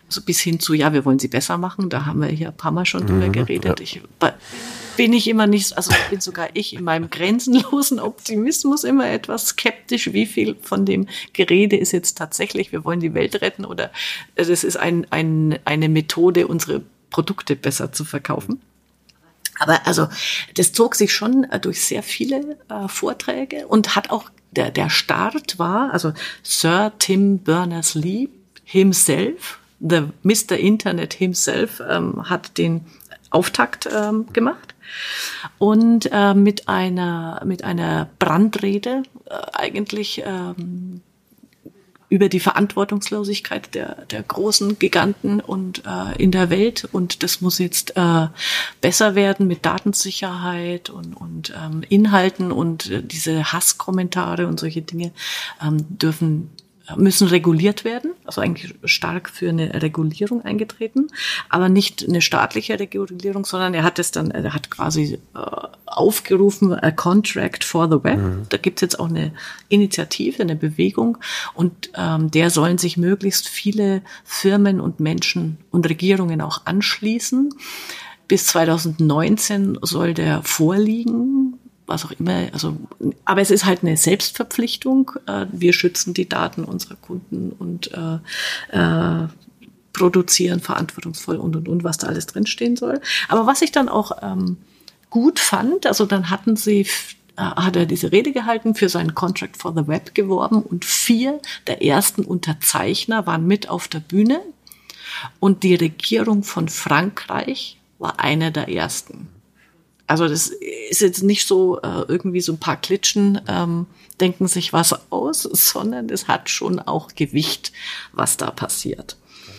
also bis hin zu, ja, wir wollen sie besser machen, da haben wir hier ein paar Mal schon drüber Mhm, geredet. ja. Ich bin ich immer nicht, also bin sogar ich in meinem grenzenlosen Optimismus immer etwas skeptisch, wie viel von dem Gerede ist jetzt tatsächlich, wir wollen die Welt retten oder das ist ein, ein, eine Methode, unsere Produkte besser zu verkaufen. Aber also das zog sich schon durch sehr viele äh, Vorträge und hat auch, der, der Start war, also Sir Tim Berners-Lee himself, the Mister Internet himself, ähm, hat den Auftakt ähm, gemacht und äh, mit einer mit einer Brandrede äh, eigentlich ähm, über die Verantwortungslosigkeit der der großen Giganten und äh, in der Welt und das muss jetzt äh, besser werden mit Datensicherheit und und ähm, Inhalten und äh, diese Hasskommentare und solche Dinge ähm, dürfen müssen reguliert werden, also eigentlich stark für eine Regulierung eingetreten, aber nicht eine staatliche Regulierung, sondern er hat es dann, er hat quasi äh, aufgerufen, a contract for the web. Mhm. Da gibt es jetzt auch eine Initiative, eine Bewegung und ähm, der sollen sich möglichst viele Firmen und Menschen und Regierungen auch anschließen. Bis zwanzig neunzehn soll der vorliegen, was auch immer, also, aber es ist halt eine Selbstverpflichtung. Wir schützen die Daten unserer Kunden und äh, äh, produzieren verantwortungsvoll und, und, und, was da alles drinstehen soll. Aber was ich dann auch ähm, gut fand, also dann hatten sie, äh, hat er diese Rede gehalten, für seinen Contract for the Web geworben und vier der ersten Unterzeichner waren mit auf der Bühne und die Regierung von Frankreich war eine der ersten. Also das ist jetzt nicht so äh, irgendwie so ein paar Klitschen ähm, denken sich was aus, sondern es hat schon auch Gewicht, was da passiert.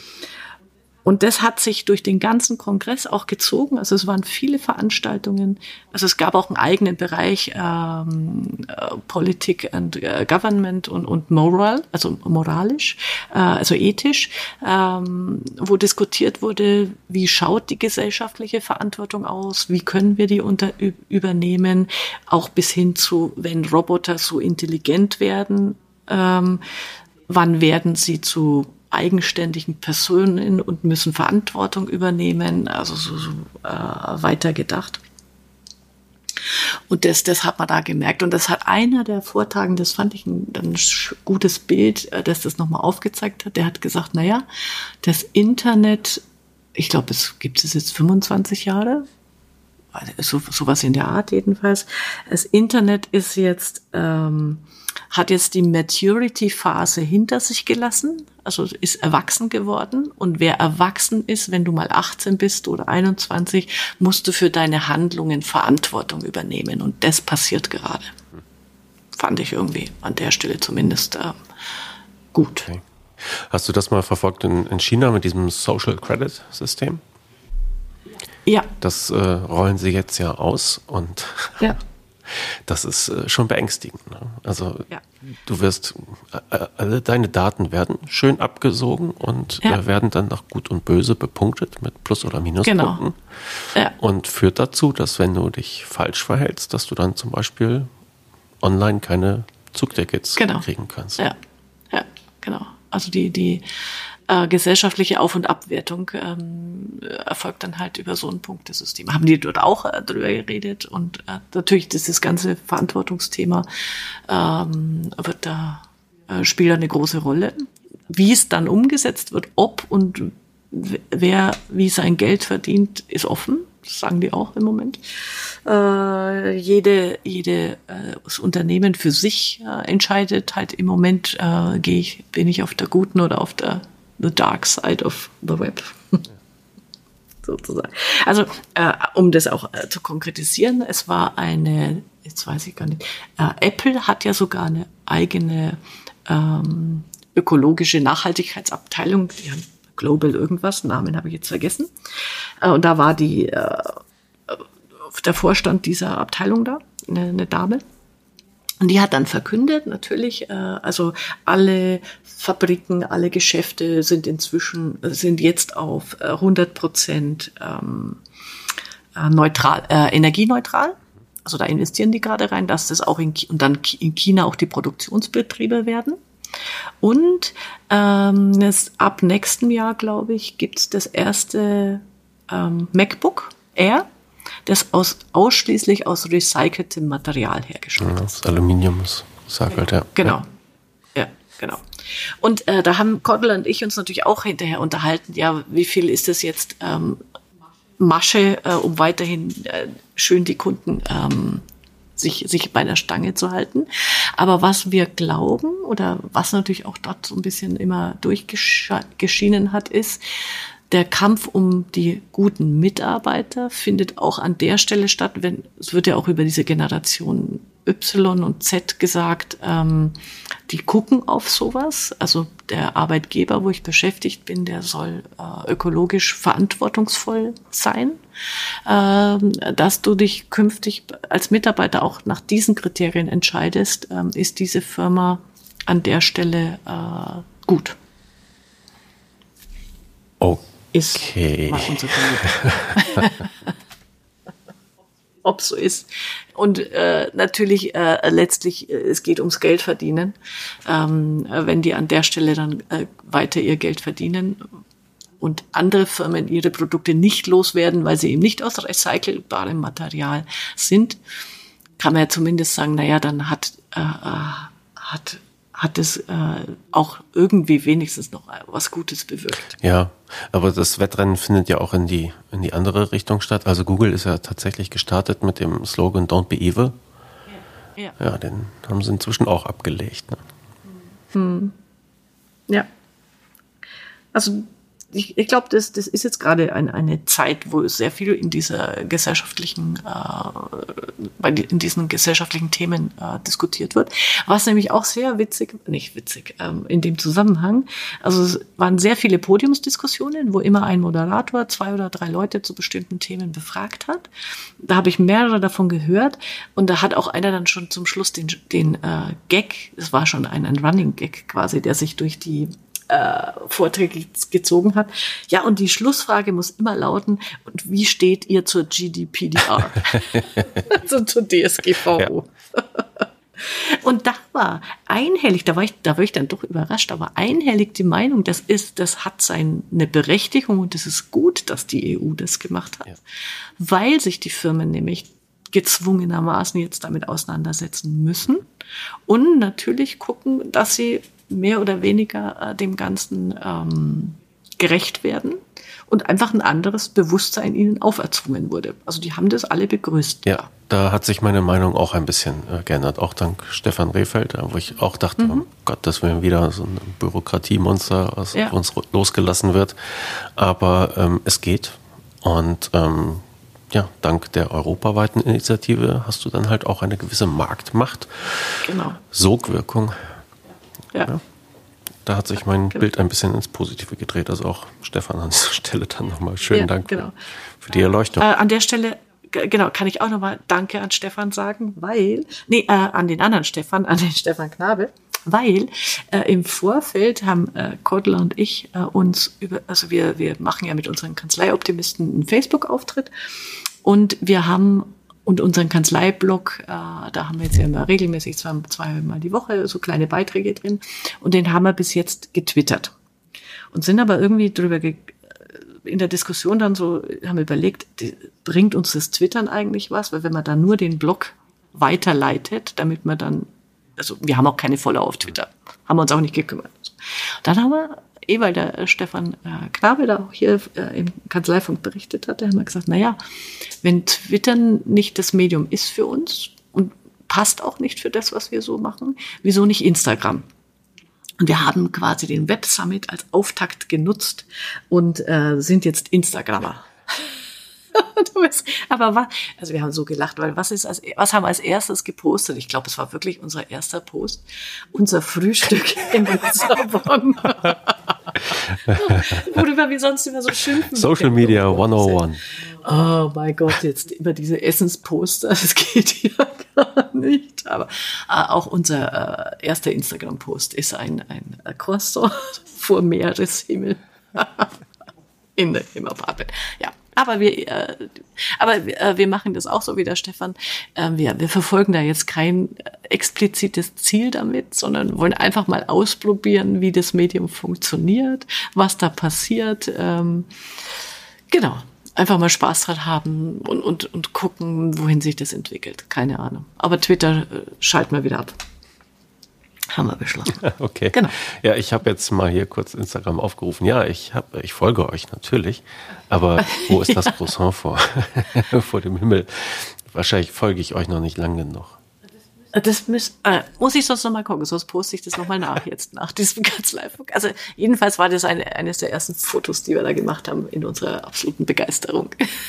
Und das hat sich durch den ganzen Kongress auch gezogen. Also es waren viele Veranstaltungen. Also es gab auch einen eigenen Bereich ähm, äh, Politik and äh, Government und, und Moral, also moralisch, äh, also ethisch, ähm, wo diskutiert wurde, wie schaut die gesellschaftliche Verantwortung aus, wie können wir die unter, übernehmen, auch bis hin zu, wenn Roboter so intelligent werden, ähm, wann werden sie zu eigenständigen Personen und müssen Verantwortung übernehmen, also so, so äh, weitergedacht. Und das, das hat man da gemerkt. Und das hat einer der Vortragen, das fand ich ein, ein gutes Bild, äh, das das nochmal aufgezeigt hat. Der hat gesagt, naja, das Internet, ich glaube, es gibt es jetzt fünfundzwanzig Jahre, so sowas in der Art jedenfalls. Das Internet ist jetzt ähm, hat jetzt die Maturity-Phase hinter sich gelassen, also ist erwachsen geworden. Und wer erwachsen ist, wenn du mal achtzehn bist oder einundzwanzig, musst du für deine Handlungen Verantwortung übernehmen. Und das passiert gerade. Fand ich irgendwie an der Stelle zumindest äh, gut. Okay. Hast du das mal verfolgt in, in China mit diesem Social Credit System? Ja. Das äh, rollen sie jetzt ja aus und ja. Das ist äh, schon beängstigend. Ne? Also ja. du wirst, äh, alle deine Daten werden schön abgesogen und ja. äh, werden dann nach Gut und Böse bepunktet mit Plus- oder Minuspunkten. Genau. Ja. Und führt dazu, dass wenn du dich falsch verhältst, dass du dann zum Beispiel online keine Zugtickets genau. kriegen kannst. Ja, ja, genau. Also die, die äh, gesellschaftliche Auf- und Abwertung ähm, erfolgt dann halt über so ein Punktesystem. Haben die dort auch äh, drüber geredet und äh, natürlich das, das ganze Verantwortungsthema ähm, wird da äh, spielt da eine große Rolle. Wie es dann umgesetzt wird, ob und wer wie sein Geld verdient, ist offen. Das sagen die auch im Moment. Äh, jede, jede äh, das Unternehmen für sich äh, entscheidet halt im Moment, äh, gehe ich, bin ich auf der guten oder auf der the dark side of the web. Sozusagen. Also, äh, um das auch äh, zu konkretisieren, es war eine, jetzt weiß ich gar nicht, äh, Apple hat ja sogar eine eigene ähm, ökologische Nachhaltigkeitsabteilung, die haben Global irgendwas, Namen habe ich jetzt vergessen. Äh, und da war die, äh, der Vorstand dieser Abteilung da, eine, eine Dame. Und die hat dann verkündet, natürlich, äh, also alle Fabriken, alle Geschäfte sind inzwischen, sind jetzt auf äh, hundert Prozent ähm, äh, neutral, äh, energieneutral. Also da investieren die gerade rein, dass das auch in, und dann in China auch die Produktionsbetriebe werden. Und ähm, das, ab nächstem Jahr, glaube ich, gibt's das erste ähm, MacBook Air, das aus, ausschließlich aus recyceltem Material hergestellt Ja, ist. das Aluminium ist recycelt, ja. Genau. Ja, genau. Und äh, da haben Cordula und ich uns natürlich auch hinterher unterhalten, ja, wie viel ist das jetzt ähm, Masche, äh, um weiterhin äh, schön die Kunden ähm, sich, sich bei der Stange zu halten. Aber was wir glauben oder was natürlich auch dort so ein bisschen immer durchgeschienen hat, ist, der Kampf um die guten Mitarbeiter findet auch an der Stelle statt, wenn es wird ja auch über diese Generation Y und Z gesagt, ähm, die gucken auf sowas. Also der Arbeitgeber, wo ich beschäftigt bin, der soll äh, ökologisch verantwortungsvoll sein, ähm, dass du dich künftig als Mitarbeiter auch nach diesen Kriterien entscheidest, ähm, ist diese Firma an der Stelle äh, gut. Okay. Ist mal unser ob so ist. Und äh, natürlich äh, letztlich, äh, es geht ums Geld verdienen. Ähm, wenn die an der Stelle dann äh, weiter ihr Geld verdienen und andere Firmen ihre Produkte nicht loswerden, weil sie eben nicht aus recycelbarem Material sind, kann man ja zumindest sagen, naja, dann hat, äh, hat hat es äh, auch irgendwie wenigstens noch was Gutes bewirkt. Ja, aber das Wettrennen findet ja auch in die in die andere Richtung statt. Also Google ist ja tatsächlich gestartet mit dem Slogan Don't be evil. Ja, ja. Ja, den haben sie inzwischen auch abgelegt. Ne? Hm. Ja. Also ich, ich glaube, das, das ist jetzt gerade ein, eine Zeit, wo sehr viel in dieser gesellschaftlichen, äh, bei die, in diesen gesellschaftlichen Themen äh, diskutiert wird. Was nämlich auch sehr witzig, nicht witzig, ähm, in dem Zusammenhang. Also es waren sehr viele Podiumsdiskussionen, wo immer ein Moderator zwei oder drei Leute zu bestimmten Themen befragt hat. Da habe ich mehrere davon gehört und da hat auch einer dann schon zum Schluss den, den äh, Gag, es war schon ein, ein Running Gag quasi, der sich durch die Äh, Vorträge gezogen hat. Ja, und die Schlussfrage muss immer lauten, und wie steht ihr zur G D P D R? Also zur D S G V O. Ja. Und da war einhellig, da war ich, da war ich dann doch überrascht, aber einhellig die Meinung, das ist, das hat seine Berechtigung und es ist gut, dass die E U das gemacht hat, ja. Weil sich die Firmen nämlich gezwungenermaßen jetzt damit auseinandersetzen müssen und natürlich gucken, dass sie mehr oder weniger äh, dem Ganzen ähm, gerecht werden und einfach ein anderes Bewusstsein ihnen auferzwungen wurde. Also die haben das alle begrüßt. Ja, da hat sich meine Meinung auch ein bisschen äh, geändert, auch dank Stefan Rehfeld, wo ich auch dachte, mhm. oh Gott, dass wir wieder so ein Bürokratiemonster aus ja. uns losgelassen wird. Aber ähm, es geht und ähm, ja, dank der europaweiten Initiative hast du dann halt auch eine gewisse Marktmacht, genau. Sogwirkung. Ja. Ja. Da hat sich mein genau. Bild ein bisschen ins Positive gedreht. Also auch Stefan an dieser Stelle dann nochmal schönen ja, Dank genau. für, für die Erleuchtung. Äh, an der Stelle, g- genau, kann ich auch nochmal Danke an Stefan sagen, weil, nee, äh, an den anderen Stefan, an den Stefan Knabe, weil äh, im Vorfeld haben äh, Cordula und ich äh, uns über, also wir, wir machen ja mit unseren Kanzleioptimisten einen Facebook-Auftritt und wir haben Und unseren Kanzleiblog, äh, da haben wir jetzt ja immer regelmäßig zwei, zweimal die Woche so kleine Beiträge drin. Und den haben wir bis jetzt getwittert. Und sind aber irgendwie drüber ge- in der Diskussion dann so, haben wir überlegt, die, bringt uns das Twittern eigentlich was? Weil wenn man da nur den Blog weiterleitet, damit man dann, also wir haben auch keine Follower auf Twitter, haben wir uns auch nicht gekümmert. Dann haben wir, eh weil der Stefan äh, Knabe da auch hier äh, im Kanzleifunk berichtet hatte, haben wir gesagt, naja, wenn Twittern nicht das Medium ist für uns und passt auch nicht für das, was wir so machen, wieso nicht Instagram? Und wir haben quasi den Web Summit als Auftakt genutzt und äh, sind jetzt Instagrammer. Aber was, also wir haben so gelacht, weil was ist als, was haben wir als erstes gepostet? Ich glaube, es war wirklich unser erster Post. Unser Frühstück in Lissabon. Worüber wir sonst immer so schimpfen. Social Media hundertundeins. Oh mein Gott, jetzt über diese Essensposter, das geht ja gar nicht. Aber äh, auch unser äh, erster Instagram-Post ist ein, ein Croissant vor Meereshimmel in, im Apartment. Ja. Aber wir, äh, aber äh, wir machen das auch so wie der Stefan. Äh, wir, wir verfolgen da jetzt kein explizites Ziel damit, sondern wollen einfach mal ausprobieren, wie das Medium funktioniert, was da passiert. Ähm, genau. Einfach mal Spaß dran haben und, und, und gucken, wohin sich das entwickelt. Keine Ahnung. Aber Twitter äh, schalten wir wieder ab. Haben wir beschlossen. Okay. Genau. Ja, ich habe jetzt mal hier kurz Instagram aufgerufen. Ja, ich habe, ich folge euch natürlich. Aber wo ist das ja. Croissant vor? Vor dem Himmel. Wahrscheinlich folge ich euch noch nicht lang genug. Das muss, äh, muss ich sonst noch mal gucken, sonst poste ich das noch mal nach jetzt, nach diesem Kanzleifunk. Also jedenfalls war das eine, eines der ersten Fotos, die wir da gemacht haben in unserer absoluten Begeisterung.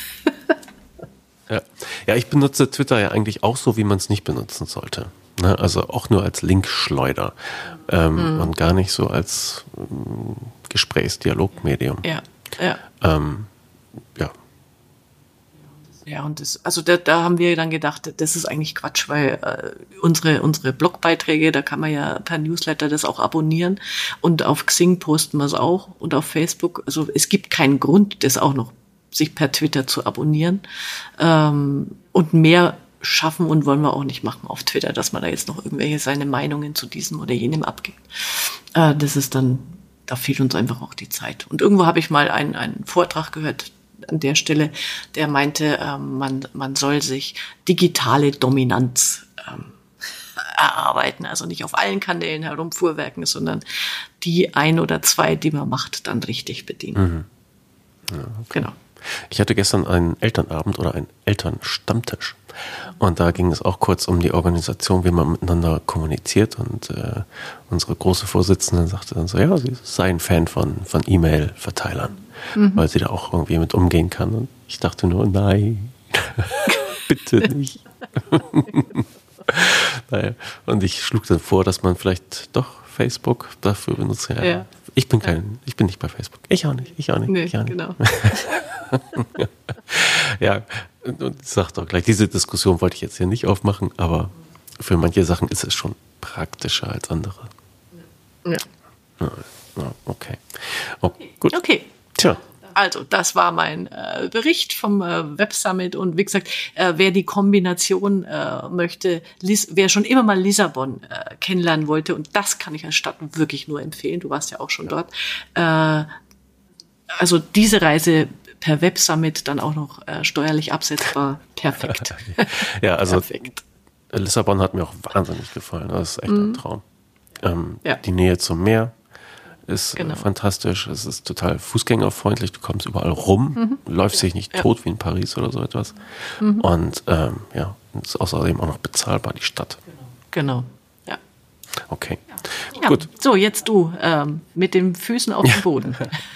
Ja. ja, ich benutze Twitter ja eigentlich auch so, wie man es nicht benutzen sollte. Ne? Also auch nur als Linkschleuder ähm, mhm. und gar nicht so als ähm, Gesprächsdialogmedium. Ja, ja. Ähm, ja. Ja, und das, also da, da haben wir dann gedacht, das ist eigentlich Quatsch, weil äh, unsere unsere Blogbeiträge, da kann man ja per Newsletter das auch abonnieren und auf Xing posten wir es auch und auf Facebook. Also es gibt keinen Grund, das auch noch sich per Twitter zu abonnieren. Ähm, und mehr schaffen und wollen wir auch nicht machen auf Twitter, dass man da jetzt noch irgendwelche seine Meinungen zu diesem oder jenem abgibt. Äh, das ist dann, da fehlt uns einfach auch die Zeit. Und irgendwo habe ich mal einen einen Vortrag gehört, an der Stelle, der meinte, ähm, man, man soll sich digitale Dominanz ähm, erarbeiten, also nicht auf allen Kanälen herumfuhrwerken, sondern die ein oder zwei, die man macht, dann richtig bedienen. Mhm. Ja, okay. Genau. Ich hatte gestern einen Elternabend oder einen Elternstammtisch und da ging es auch kurz um die Organisation, wie man miteinander kommuniziert und äh, unsere große Vorsitzende sagte dann so, ja, sie sei ein Fan von, von E-Mail-Verteilern, mhm. weil sie da auch irgendwie mit umgehen kann und ich dachte nur, nein, bitte nicht. Naja. Und ich schlug dann vor, dass man vielleicht doch Facebook dafür benutzt. Ja, ja. Ich bin kein, ich bin nicht bei Facebook. Ich auch nicht, ich auch nicht. Nee, ich auch nicht. Genau. Ja, und ich sag doch gleich, diese Diskussion wollte ich jetzt hier nicht aufmachen, aber für manche Sachen ist es schon praktischer als andere. Ja. Ja, okay. Okay, gut. Okay. Tja. Also, das war mein äh, Bericht vom äh, Web Summit und wie gesagt, äh, wer die Kombination äh, möchte, Lis- wer schon immer mal Lissabon äh, kennenlernen wollte, und das kann ich als Stadt wirklich nur empfehlen, du warst ja auch schon dort, äh, also diese Reise per Web Summit dann auch noch äh, steuerlich absetzbar, perfekt. Ja, also perfekt. Lissabon hat mir auch wahnsinnig gefallen, das ist echt mm. ein Traum. Ähm, ja. Die Nähe zum Meer ist genau. fantastisch, es ist total fußgängerfreundlich, du kommst überall rum, mhm. läufst dich nicht ja. tot wie in Paris oder so etwas. Mhm. Und ähm, ja, ist außerdem auch noch bezahlbar, die Stadt. Genau, ja. Okay, ja. gut. So, jetzt du, ähm, mit den Füßen auf dem Boden.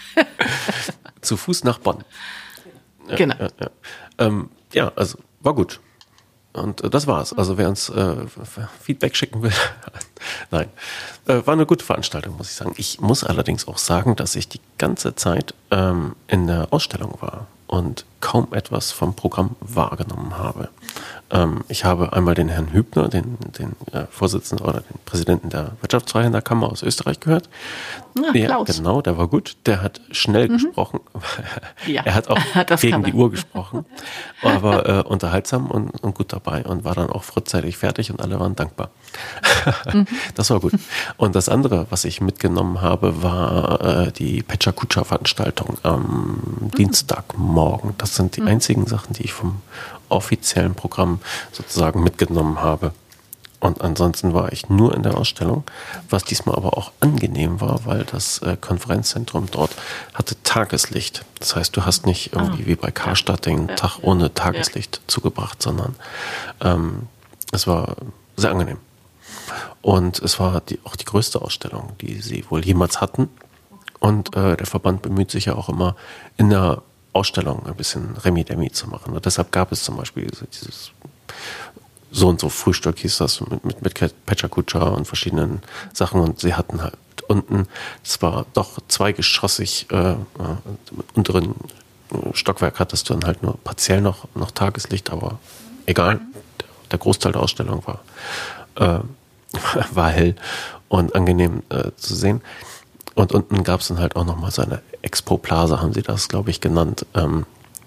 Zu Fuß nach Bonn. Ja, genau. Ja, ja. Ähm, ja, also war gut. Und äh, das war's. Also wer uns äh, Feedback schicken will, nein. Äh, war eine gute Veranstaltung, muss ich sagen. Ich muss allerdings auch sagen, dass ich die ganze Zeit ähm, in der Ausstellung war und kaum etwas vom Programm wahrgenommen habe. Ähm, ich habe einmal den Herrn Hübner, den, den äh, Vorsitzenden oder den Präsidenten der Wirtschaftsfreihandlerkammer aus Österreich gehört. Ja, der, Klaus. Genau, der war gut. Der hat schnell mhm. gesprochen. Ja, er hat auch das gegen die Uhr gesprochen, aber äh, unterhaltsam und, und gut dabei und war dann auch frühzeitig fertig und alle waren dankbar. Mhm. Das war gut. Und das andere, was ich mitgenommen habe, war äh, die Pecha-Kucha-Veranstaltung am mhm. Dienstagmorgen. Das sind die mhm. einzigen Sachen, die ich vom offiziellen Programm sozusagen mitgenommen habe. Und ansonsten war ich nur in der Ausstellung, was diesmal aber auch angenehm war, weil das äh, Konferenzzentrum dort hatte Tageslicht. Das heißt, du hast nicht irgendwie ah. wie bei Karstadt den ja. Tag ohne Tageslicht ja. zugebracht, sondern ähm, es war sehr angenehm. Und es war die, auch die größte Ausstellung, die sie wohl jemals hatten. Und äh, der Verband bemüht sich ja auch immer, in der Ausstellung ein bisschen Remi-Demi zu machen. Und deshalb gab es zum Beispiel dieses so und so Frühstück, hieß das, mit, mit, mit Pecha-Kucha und verschiedenen Sachen. Und sie hatten halt unten, es war doch zweigeschossig, äh, äh, im unteren Stockwerk hattest du dann halt nur partiell noch, noch Tageslicht, aber egal, der, der Großteil der Ausstellung war, äh, war hell und angenehm äh, zu sehen. Und unten gab es dann halt auch nochmal so eine Expo-Plaza, haben sie das, glaube ich, genannt. Ähm,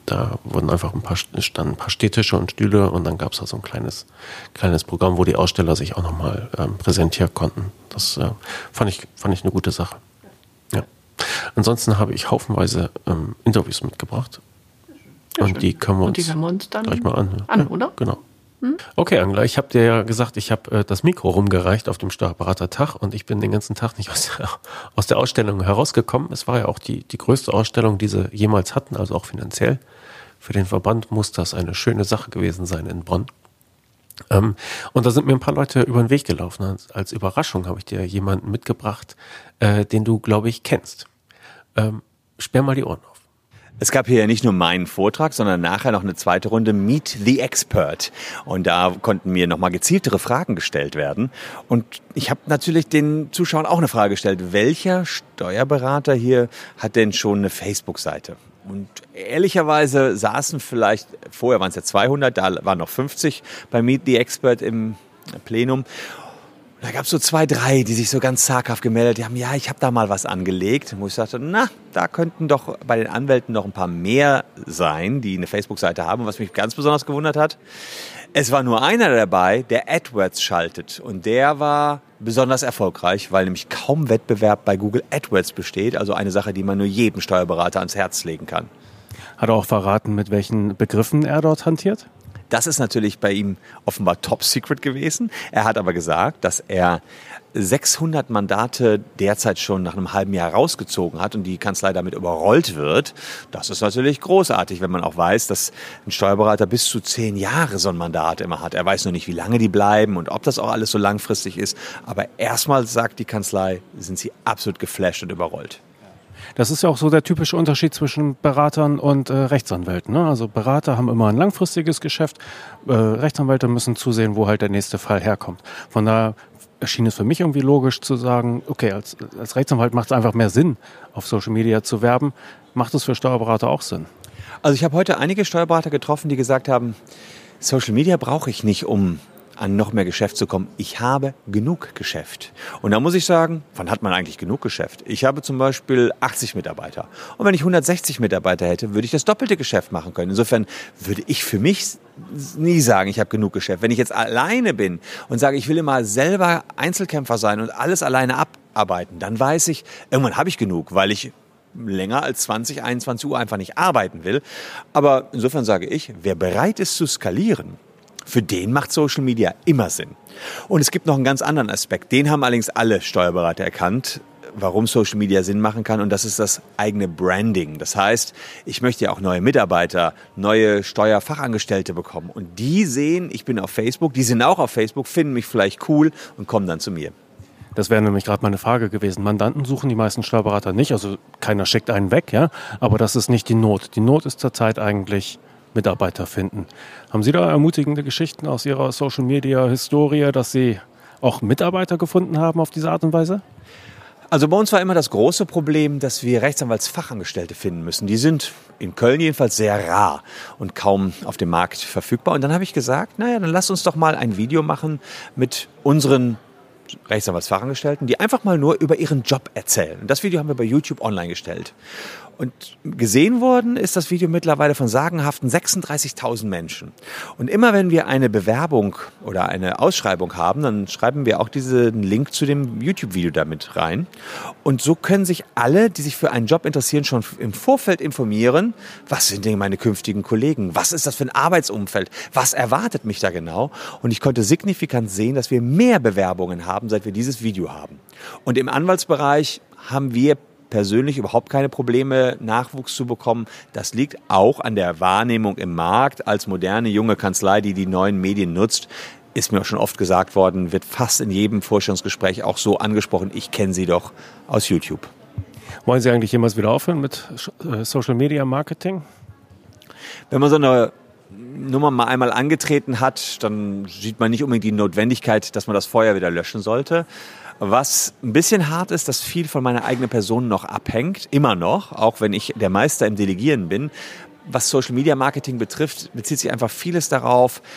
da wurden einfach ein paar, standen ein paar Stehtische und Stühle und dann gab es da so ein kleines, kleines Programm, wo die Aussteller sich auch nochmal ähm, präsentieren konnten. Das äh, fand ich, fand ich eine gute Sache. Ja. Ansonsten habe ich haufenweise ähm, Interviews mitgebracht. Ja, und schön. die können wir uns, und die können wir uns dann gleich mal anhören. an, ja, oder? Genau. Okay, Angela, ich habe dir ja gesagt, ich habe äh, das Mikro rumgereicht auf dem Steuerberatertag und ich bin den ganzen Tag nicht aus der, aus der Ausstellung herausgekommen. Es war ja auch die, die größte Ausstellung, die sie jemals hatten, also auch finanziell. Für den Verband muss das eine schöne Sache gewesen sein in Bonn. Ähm, und da sind mir ein paar Leute über den Weg gelaufen. Als, als Überraschung habe ich dir jemanden mitgebracht, äh, den du, glaube ich, kennst. Ähm, sperr mal die Ohren auf. Es gab hier ja nicht nur meinen Vortrag, sondern nachher noch eine zweite Runde Meet the Expert. Und da konnten mir nochmal gezieltere Fragen gestellt werden. Und ich habe natürlich den Zuschauern auch eine Frage gestellt. Welcher Steuerberater hier hat denn schon eine Facebook-Seite? Und ehrlicherweise saßen vielleicht, vorher waren es ja zweihundert, da waren noch fünfzig bei Meet the Expert im Plenum. Da gab es so zwei, drei, die sich so ganz zaghaft gemeldet haben, ja, ich habe da mal was angelegt. Wo ich sagte, na, da könnten doch bei den Anwälten noch ein paar mehr sein, die eine Facebook-Seite haben. Und was mich ganz besonders gewundert hat, es war nur einer dabei, der AdWords schaltet. Und der war besonders erfolgreich, weil nämlich kaum Wettbewerb bei Google AdWords besteht. Also eine Sache, die man nur jedem Steuerberater ans Herz legen kann. Hat er auch verraten, mit welchen Begriffen er dort hantiert? Das ist natürlich bei ihm offenbar top secret gewesen. Er hat aber gesagt, dass er sechshundert Mandate derzeit schon nach einem halben Jahr rausgezogen hat und die Kanzlei damit überrollt wird. Das ist natürlich großartig, wenn man auch weiß, dass ein Steuerberater bis zu zehn Jahre so ein Mandat immer hat. Er weiß noch nicht, wie lange die bleiben und ob das auch alles so langfristig ist. Aber erstmal sagt die Kanzlei, sind sie absolut geflasht und überrollt. Das ist ja auch so der typische Unterschied zwischen Beratern und äh, Rechtsanwälten. Ne? Also Berater haben immer ein langfristiges Geschäft, äh, Rechtsanwälte müssen zusehen, wo halt der nächste Fall herkommt. Von daher erschien es für mich irgendwie logisch zu sagen, okay, als, als Rechtsanwalt macht es einfach mehr Sinn, auf Social Media zu werben. Macht es für Steuerberater auch Sinn? Also ich habe heute einige Steuerberater getroffen, die gesagt haben, Social Media brauche ich nicht, um an noch mehr Geschäft zu kommen. Ich habe genug Geschäft. Und da muss ich sagen, wann hat man eigentlich genug Geschäft? Ich habe zum Beispiel achtzig Mitarbeiter. Und wenn ich hundertsechzig Mitarbeiter hätte, würde ich das doppelte Geschäft machen können. Insofern würde ich für mich nie sagen, ich habe genug Geschäft. Wenn ich jetzt alleine bin und sage, ich will immer selber Einzelkämpfer sein und alles alleine abarbeiten, dann weiß ich, irgendwann habe ich genug, weil ich länger als zwanzig, einundzwanzig Uhr einfach nicht arbeiten will. Aber insofern sage ich, wer bereit ist zu skalieren, für den macht Social Media immer Sinn. Und es gibt noch einen ganz anderen Aspekt. Den haben allerdings alle Steuerberater erkannt, warum Social Media Sinn machen kann. Und das ist das eigene Branding. Das heißt, ich möchte ja auch neue Mitarbeiter, neue Steuerfachangestellte bekommen. Und die sehen, ich bin auf Facebook, die sind auch auf Facebook, finden mich vielleicht cool und kommen dann zu mir. Das wäre nämlich gerade meine Frage gewesen. Mandanten suchen die meisten Steuerberater nicht. Also keiner schickt einen weg, ja. Aber das ist nicht die Not. Die Not ist zurzeit eigentlich Mitarbeiter finden. Haben Sie da ermutigende Geschichten aus Ihrer Social-Media-Historie, dass Sie auch Mitarbeiter gefunden haben auf diese Art und Weise? Also bei uns war immer das große Problem, dass wir Rechtsanwaltsfachangestellte finden müssen. Die sind in Köln jedenfalls sehr rar und kaum auf dem Markt verfügbar. Und dann habe ich gesagt, naja, dann lass uns doch mal ein Video machen mit unseren Rechtsanwaltsfachangestellten, die einfach mal nur über ihren Job erzählen. Und das Video haben wir bei YouTube online gestellt. Und gesehen worden ist das Video mittlerweile von sagenhaften sechsunddreißigtausend Menschen. Und immer wenn wir eine Bewerbung oder eine Ausschreibung haben, dann schreiben wir auch diesen Link zu dem YouTube-Video damit rein. Und so können sich alle, die sich für einen Job interessieren, schon im Vorfeld informieren, was sind denn meine künftigen Kollegen? Was ist das für ein Arbeitsumfeld? Was erwartet mich da genau? Und ich konnte signifikant sehen, dass wir mehr Bewerbungen haben, seit wir dieses Video haben. Und im Anwaltsbereich haben wir persönlich überhaupt keine Probleme, Nachwuchs zu bekommen. Das liegt auch an der Wahrnehmung im Markt. Als moderne junge Kanzlei, die die neuen Medien nutzt, ist mir auch schon oft gesagt worden, wird fast in jedem Vorstellungsgespräch auch so angesprochen, ich kenne Sie doch aus YouTube. Wollen Sie eigentlich jemals wieder aufhören mit Social Media Marketing? Wenn man so eine Nummer mal einmal angetreten hat, dann sieht man nicht unbedingt die Notwendigkeit, dass man das Feuer wieder löschen sollte. Was ein bisschen hart ist, dass viel von meiner eigenen Person noch abhängt, immer noch, auch wenn ich der Meister im Delegieren bin. Was Social Media Marketing betrifft, bezieht sich einfach vieles darauf,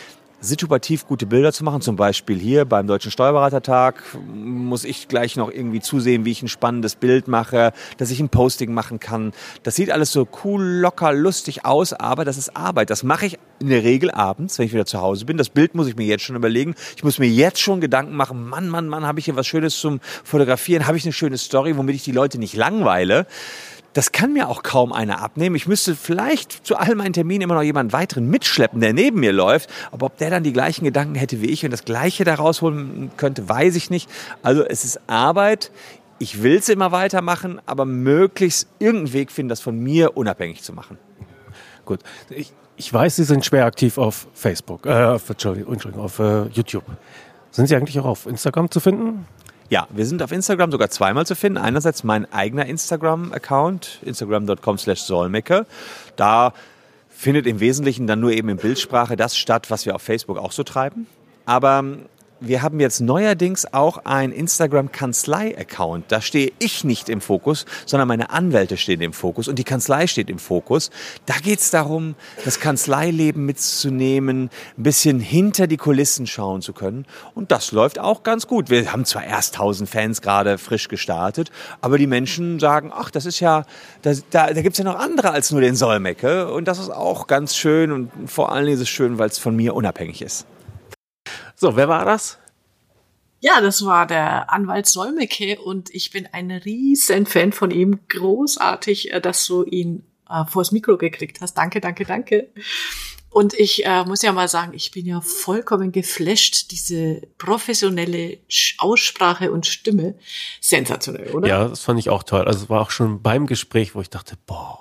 situativ gute Bilder zu machen. Zum Beispiel hier beim Deutschen Steuerberatertag muss ich gleich noch irgendwie zusehen, wie ich ein spannendes Bild mache, dass ich ein Posting machen kann. Das sieht alles so cool, locker, lustig aus, aber das ist Arbeit. Das mache ich in der Regel abends, wenn ich wieder zu Hause bin. Das Bild muss ich mir jetzt schon überlegen. Ich muss mir jetzt schon Gedanken machen, Mann, Mann, Mann, habe ich hier was Schönes zum Fotografieren? Habe ich eine schöne Story, womit ich die Leute nicht langweile? Das kann mir auch kaum einer abnehmen. Ich müsste vielleicht zu all meinen Terminen immer noch jemanden weiteren mitschleppen, der neben mir läuft. Aber ob der dann die gleichen Gedanken hätte wie ich und das Gleiche da rausholen könnte, weiß ich nicht. Also es ist Arbeit. Ich will es immer weitermachen, aber möglichst irgendeinen Weg finden, das von mir unabhängig zu machen. Gut. Ich, ich weiß, Sie sind schwer aktiv auf Facebook, äh, auf, Entschuldigung, auf äh, YouTube. Sind Sie eigentlich auch auf Instagram zu finden? Ja, wir sind auf Instagram sogar zweimal zu finden. Einerseits mein eigener Instagram-Account, instagram punkt com slash solmecke. Da findet im Wesentlichen dann nur eben in Bildsprache das statt, was wir auf Facebook auch so treiben. Aber wir haben jetzt neuerdings auch ein Instagram-Kanzlei-Account. Da stehe ich nicht im Fokus, sondern meine Anwälte stehen im Fokus und die Kanzlei steht im Fokus. Da geht es darum, das Kanzleileben mitzunehmen, ein bisschen hinter die Kulissen schauen zu können. Und das läuft auch ganz gut. Wir haben zwar erst tausend Fans gerade frisch gestartet, aber die Menschen sagen, ach, das ist ja, da, da, da gibt es ja noch andere als nur den Solmecke. Und das ist auch ganz schön und vor allem ist es schön, weil es von mir unabhängig ist. So, wer war das? Ja, das war der Anwalt Solmecke und ich bin ein riesen Fan von ihm. Großartig, dass du ihn äh, vors Mikro gekriegt hast. Danke, danke, danke. Und ich äh, muss ja mal sagen, ich bin ja vollkommen geflasht. Diese professionelle Aussprache und Stimme, sensationell, oder? Ja, das fand ich auch toll. Also es war auch schon beim Gespräch, wo ich dachte, boah.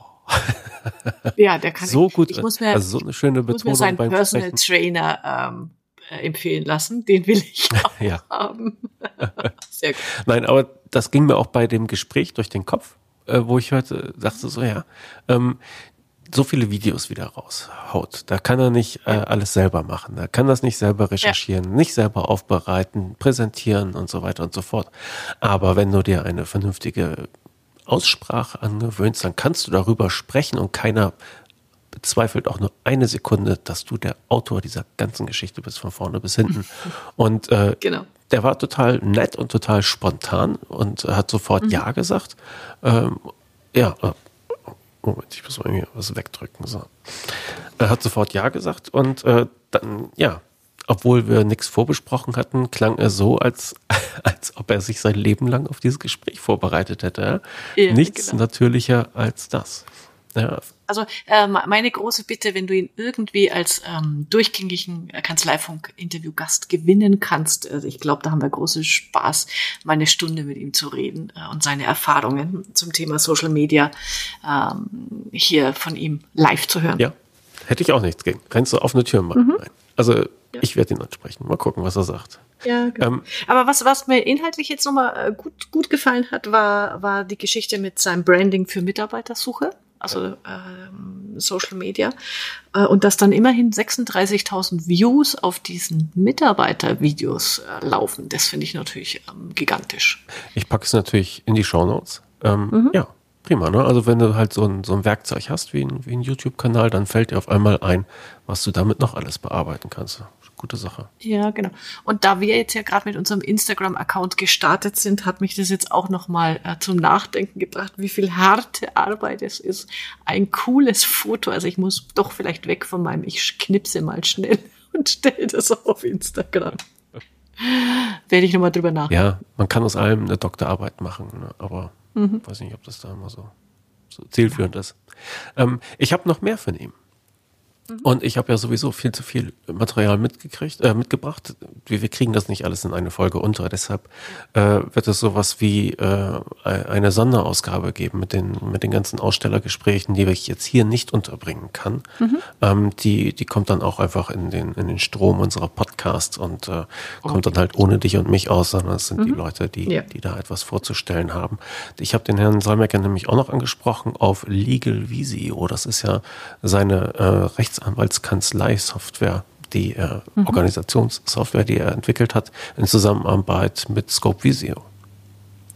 Ja, der kann so gut. Ich muss mir, also so eine schöne Betonung ich muss mir seinen beim Personal Sprechen. Trainer ähm, empfehlen lassen. Den will ich auch ja. haben. Sehr gut. Nein, aber das ging mir auch bei dem Gespräch durch den Kopf, äh, wo ich heute dachte, so ja, ähm, so viele Videos wieder raushaut. Da kann er nicht äh, alles selber machen. Da kann das nicht selber recherchieren, ja. nicht selber aufbereiten, präsentieren und so weiter und so fort. Aber wenn du dir eine vernünftige Aussprache angewöhnst, dann kannst du darüber sprechen und keiner bezweifelt auch nur eine Sekunde, dass du der Autor dieser ganzen Geschichte bist, von vorne bis hinten. Und äh, genau. der war total nett und total spontan und hat sofort mhm. Ja gesagt. Ähm, ja, äh, Moment, ich muss mal irgendwie was wegdrücken. So. Er hat sofort Ja gesagt und äh, dann, ja, obwohl wir nichts vorbesprochen hatten, klang er so, als, als ob er sich sein Leben lang auf dieses Gespräch vorbereitet hätte. Ja, Nichts genau. natürlicher als das. Ja. Also äh, meine große Bitte, wenn du ihn irgendwie als ähm, durchgängigen Kanzleifunk-Interviewgast gewinnen kannst, also ich glaube, da haben wir großen Spaß, mal eine Stunde mit ihm zu reden äh, und seine Erfahrungen zum Thema Social Media ähm, hier von ihm live zu hören. Ja, hätte ich auch nichts gegen. Kannst du offene Türen machen. Mhm. Nein. Also ja. ich werde ihn ansprechen. Mal gucken, was er sagt. Ja, genau. Ähm, Aber was, was mir inhaltlich jetzt nochmal gut, gut gefallen hat, war, war die Geschichte mit seinem Branding für Mitarbeitersuche. Also ähm, Social Media, äh, und dass dann immerhin sechsunddreißigtausend Views auf diesen Mitarbeitervideos äh, laufen. Das finde ich natürlich ähm, gigantisch. Ich packe es natürlich in die Shownotes. Ähm, Mhm. Ja, prima. Ne? Also wenn du halt so ein, so ein Werkzeug hast wie ein, wie ein YouTube-Kanal, dann fällt dir auf einmal ein, was du damit noch alles bearbeiten kannst. Gute Sache. Ja, genau. Und da wir jetzt ja gerade mit unserem Instagram-Account gestartet sind, hat mich das jetzt auch nochmal äh, zum Nachdenken gebracht, wie viel harte Arbeit es ist. Ein cooles Foto. Also ich muss doch vielleicht weg von meinem, ich knipse mal schnell und stelle das auf Instagram. Werde ich nochmal drüber nachdenken. Ja, man kann aus allem eine Doktorarbeit machen, ne? Aber mhm. weiß nicht, ob das da immer so, so zielführend ist. Ähm, ich habe noch mehr von ihm. Und ich habe ja sowieso viel zu viel Material mitgekriegt, äh, mitgebracht. Wir, wir kriegen das nicht alles in eine Folge unter. Deshalb äh, wird es sowas wie äh, eine Sonderausgabe geben mit den mit den ganzen Ausstellergesprächen, die ich jetzt hier nicht unterbringen kann. Mhm. Ähm, die die kommt dann auch einfach in den in den Strom unserer Podcasts und äh, kommt dann halt ohne dich und mich aus, sondern es sind mhm. die Leute, die ja. die da etwas vorzustellen haben. Ich habe den Herrn Solmecke nämlich auch noch angesprochen auf Legal Visio. Das ist ja seine äh, Rechts Anwaltskanzlei-Software, die äh, mhm. Organisationssoftware, die er entwickelt hat, in Zusammenarbeit mit Scope Visio.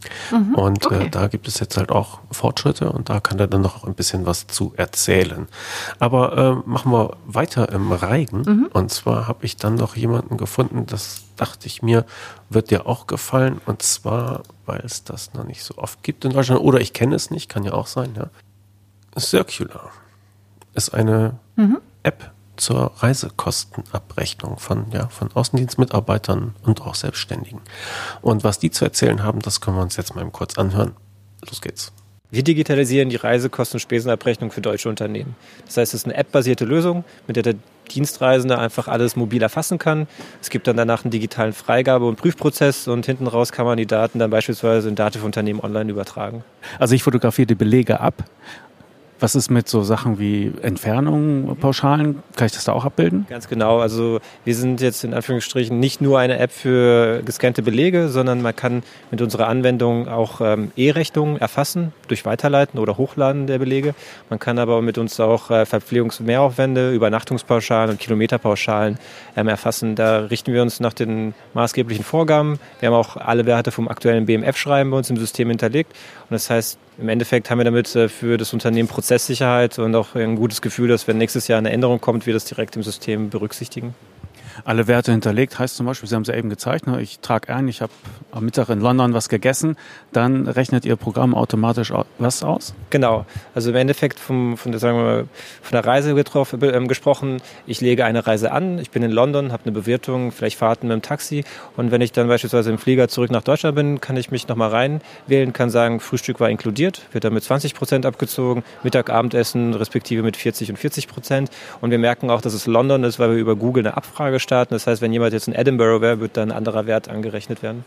Mhm, und okay. äh, da gibt es jetzt halt auch Fortschritte und da kann er dann noch ein bisschen was zu erzählen. Aber äh, machen wir weiter im Reigen. Mhm. Und zwar habe ich dann noch jemanden gefunden, das dachte ich mir, wird dir auch gefallen. Und zwar, weil es das noch nicht so oft gibt in Deutschland. Oder ich kenne es nicht, kann ja auch sein. Ja. Circular ist eine mhm. App zur Reisekostenabrechnung von, ja, von Außendienstmitarbeitern und auch Selbstständigen. Und was die zu erzählen haben, das können wir uns jetzt mal eben kurz anhören. Los geht's. Wir digitalisieren die Reisekosten- und Spesenabrechnung für deutsche Unternehmen. Das heißt, es ist eine appbasierte Lösung, mit der der Dienstreisende einfach alles mobil erfassen kann. Es gibt dann danach einen digitalen Freigabe- und Prüfprozess und hinten raus kann man die Daten dann beispielsweise in Dativ-Unternehmen online übertragen. Also ich fotografiere die Belege ab. Was ist mit so Sachen wie Entfernungen, Pauschalen? Kann ich das da auch abbilden? Ganz genau. Also wir sind jetzt in Anführungsstrichen nicht nur eine App für gescannte Belege, sondern man kann mit unserer Anwendung auch ähm, E-Rechnungen erfassen durch Weiterleiten oder Hochladen der Belege. Man kann aber mit uns auch äh, Verpflegungsmehraufwände, Übernachtungspauschalen und Kilometerpauschalen ähm, erfassen. Da richten wir uns nach den maßgeblichen Vorgaben. Wir haben auch alle Werte vom aktuellen B M F-Schreiben bei uns im System hinterlegt. Und das heißt, im Endeffekt haben wir damit für das Unternehmen Prozesssicherheit und auch ein gutes Gefühl, dass wenn nächstes Jahr eine Änderung kommt, wir das direkt im System berücksichtigen. Alle Werte hinterlegt heißt zum Beispiel, Sie haben es ja eben gezeigt, ne? Ich trage ein, ich habe am Mittag in London was gegessen, dann rechnet Ihr Programm automatisch was aus? Genau, also im Endeffekt vom, von, der, sagen wir mal, von der Reise getroffen, äh, gesprochen, ich lege eine Reise an, ich bin in London, habe eine Bewertung, vielleicht Fahrten mit dem Taxi und wenn ich dann beispielsweise im Flieger zurück nach Deutschland bin, kann ich mich nochmal reinwählen, kann sagen, Frühstück war inkludiert, wird dann mit zwanzig Prozent abgezogen, Mittag, Abendessen respektive mit vierzig und vierzig Prozent und wir merken auch, dass es London ist, weil wir über Google eine Abfrage starten. Das heißt, wenn jemand jetzt in Edinburgh wäre, wird dann ein anderer Wert angerechnet werden.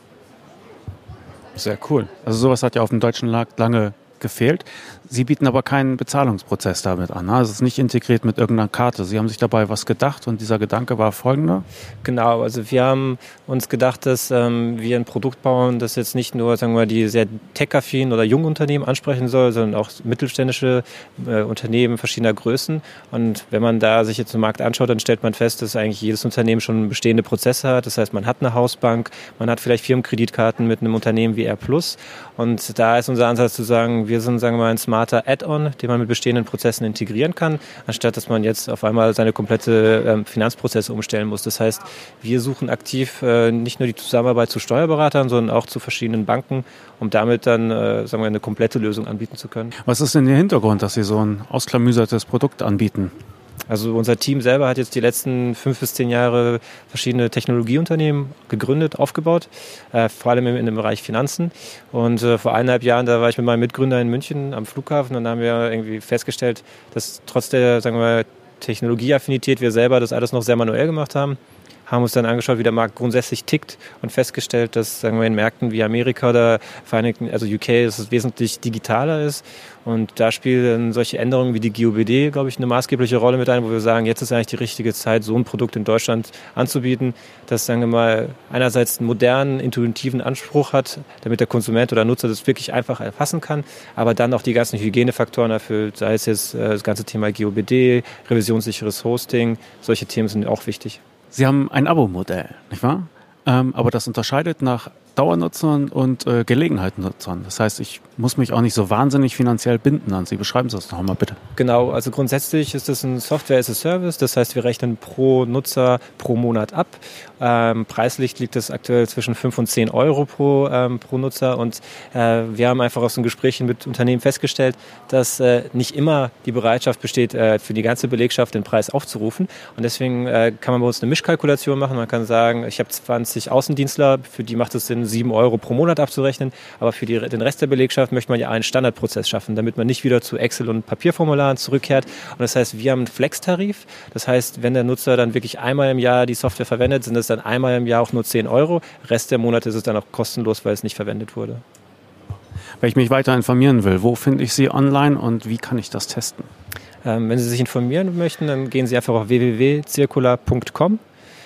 Sehr cool. Also sowas hat ja auf dem deutschen Markt lange gefehlt. Sie bieten aber keinen Bezahlungsprozess damit an. Also es ist nicht integriert mit irgendeiner Karte. Sie haben sich dabei was gedacht und dieser Gedanke war folgender? Genau, also wir haben uns gedacht, dass ähm, wir ein Produkt bauen, das jetzt nicht nur, sagen wir mal, die sehr tech-affinen oder jungen Unternehmen ansprechen soll, sondern auch mittelständische äh, Unternehmen verschiedener Größen. Und wenn man da sich jetzt den Markt anschaut, dann stellt man fest, dass eigentlich jedes Unternehmen schon bestehende Prozesse hat. Das heißt, man hat eine Hausbank, man hat vielleicht Firmenkreditkarten mit einem Unternehmen wie R plus. Und da ist unser Ansatz zu sagen, wir sind, sagen wir mal, ein smarter Add-on, den man mit bestehenden Prozessen integrieren kann, anstatt dass man jetzt auf einmal seine komplette ähm, Finanzprozesse umstellen muss. Das heißt, wir suchen aktiv äh, nicht nur die Zusammenarbeit zu Steuerberatern, sondern auch zu verschiedenen Banken, um damit dann, äh, sagen wir, eine komplette Lösung anbieten zu können. Was ist denn Ihr Hintergrund, dass Sie so ein ausklamüsertes Produkt anbieten? Also unser Team selber hat jetzt die letzten fünf bis zehn Jahre verschiedene Technologieunternehmen gegründet, aufgebaut, äh, vor allem in dem Bereich Finanzen. Und äh, vor eineinhalb Jahren, da war ich mit meinem Mitgründer in München am Flughafen und da haben wir irgendwie festgestellt, dass trotz der, sagen wir, Technologieaffinität wir selber das alles noch sehr manuell gemacht haben. Haben uns dann angeschaut, wie der Markt grundsätzlich tickt und festgestellt, dass, sagen wir, in Märkten wie Amerika oder Vereinigten, also U K, dass es wesentlich digitaler ist. Und da spielen solche Änderungen wie die G O B D, glaube ich, eine maßgebliche Rolle mit ein, wo wir sagen, jetzt ist eigentlich die richtige Zeit, so ein Produkt in Deutschland anzubieten, das, sagen wir mal, einerseits einen modernen, intuitiven Anspruch hat, damit der Konsument oder Nutzer das wirklich einfach erfassen kann, aber dann auch die ganzen Hygienefaktoren erfüllt, sei es jetzt das ganze Thema G O B D, revisionssicheres Hosting, solche Themen sind auch wichtig. Sie haben ein Abo-Modell, nicht wahr? Ähm, aber das unterscheidet nach Dauernutzern und äh, Gelegenheitsnutzern. Das heißt, ich muss mich auch nicht so wahnsinnig finanziell binden an Sie. Beschreiben Sie das noch mal bitte. Genau, also grundsätzlich ist das ein Software as a Service. Das heißt, wir rechnen pro Nutzer pro Monat ab. Ähm, preislich liegt das aktuell zwischen fünf und zehn Euro pro, ähm, pro Nutzer. Und äh, wir haben einfach aus den Gesprächen mit Unternehmen festgestellt, dass äh, nicht immer die Bereitschaft besteht, äh, für die ganze Belegschaft den Preis aufzurufen. Und deswegen äh, kann man bei uns eine Mischkalkulation machen. Man kann sagen, ich habe zwanzig Außendienstler, für die macht es Sinn, sieben Euro pro Monat abzurechnen. Aber für die, den Rest der Belegschaft möchte man ja einen Standardprozess schaffen, damit man nicht wieder zu Excel- und Papierformularen zurückkehrt. Und das heißt, wir haben einen Flex-Tarif. Das heißt, wenn der Nutzer dann wirklich einmal im Jahr die Software verwendet, sind es dann einmal im Jahr auch nur zehn Euro. Rest der Monate ist es dann auch kostenlos, weil es nicht verwendet wurde. Wenn ich mich weiter informieren will, wo finde ich Sie online und wie kann ich das testen? Ähm, wenn Sie sich informieren möchten, dann gehen Sie einfach auf w w w punkt circular punkt com.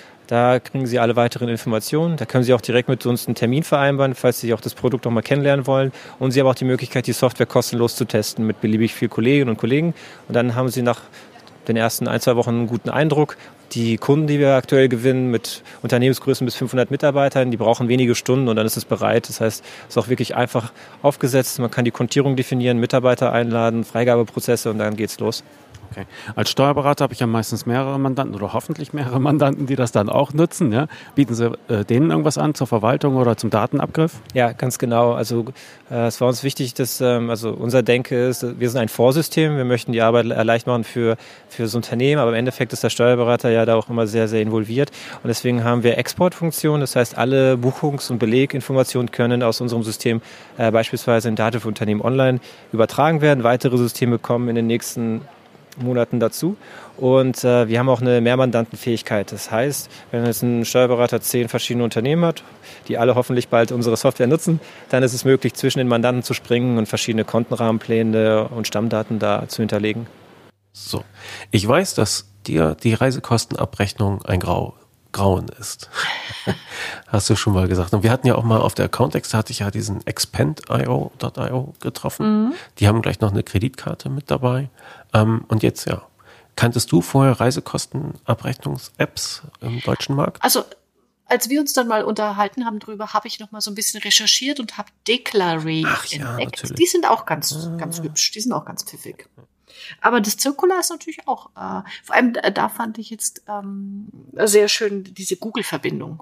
Da kriegen Sie alle weiteren Informationen. Da können Sie auch direkt mit uns einen Termin vereinbaren, falls Sie auch das Produkt noch mal kennenlernen wollen. Und Sie haben auch die Möglichkeit, die Software kostenlos zu testen mit beliebig vielen Kolleginnen und Kollegen. Und dann haben Sie nach den ersten ein, zwei Wochen einen guten Eindruck. Die Kunden, die wir aktuell gewinnen, mit Unternehmensgrößen bis fünfhundert Mitarbeitern, die brauchen wenige Stunden und dann ist es bereit. Das heißt, es ist auch wirklich einfach aufgesetzt. Man kann die Kontierung definieren, Mitarbeiter einladen, Freigabeprozesse und dann geht's los. Okay. Als Steuerberater habe ich ja meistens mehrere Mandanten oder hoffentlich mehrere Mandanten, die das dann auch nutzen. Ja? Bieten Sie äh, denen irgendwas an zur Verwaltung oder zum Datenabgriff? Ja, ganz genau. Also äh, es war uns wichtig, dass ähm, also unser Denke ist, wir sind ein Vorsystem. Wir möchten die Arbeit leicht machen für für das Unternehmen, aber im Endeffekt ist der Steuerberater ja da auch immer sehr, sehr involviert. Und deswegen haben wir Exportfunktionen. Das heißt, alle Buchungs- und Beleginformationen können aus unserem System äh, beispielsweise in Datenunternehmen online übertragen werden. Weitere Systeme kommen in den nächsten Monaten dazu und äh, wir haben auch eine Mehrmandantenfähigkeit. Das heißt, wenn jetzt ein Steuerberater zehn verschiedene Unternehmen hat, die alle hoffentlich bald unsere Software nutzen, dann ist es möglich, zwischen den Mandanten zu springen und verschiedene Kontenrahmenpläne und Stammdaten da zu hinterlegen. So, ich weiß, dass dir die Reisekostenabrechnung ein Grau Grauen ist. Hast du schon mal gesagt. Und wir hatten ja auch mal auf der Accountex, da hatte ich ja diesen expand punkt i o getroffen. Mhm. Die haben gleich noch eine Kreditkarte mit dabei. Ähm, und jetzt, ja, kanntest du vorher Reisekostenabrechnungs-Apps im deutschen Markt? Also, als wir uns dann mal unterhalten haben drüber, habe ich noch mal so ein bisschen recherchiert und habe Declarate Ach, ja, entdeckt. natürlich. Die sind auch ganz, ah. ganz hübsch. Die sind auch ganz pfiffig. Aber das Circular ist natürlich auch, äh, vor allem da, da fand ich jetzt ähm, sehr schön diese Google-Verbindung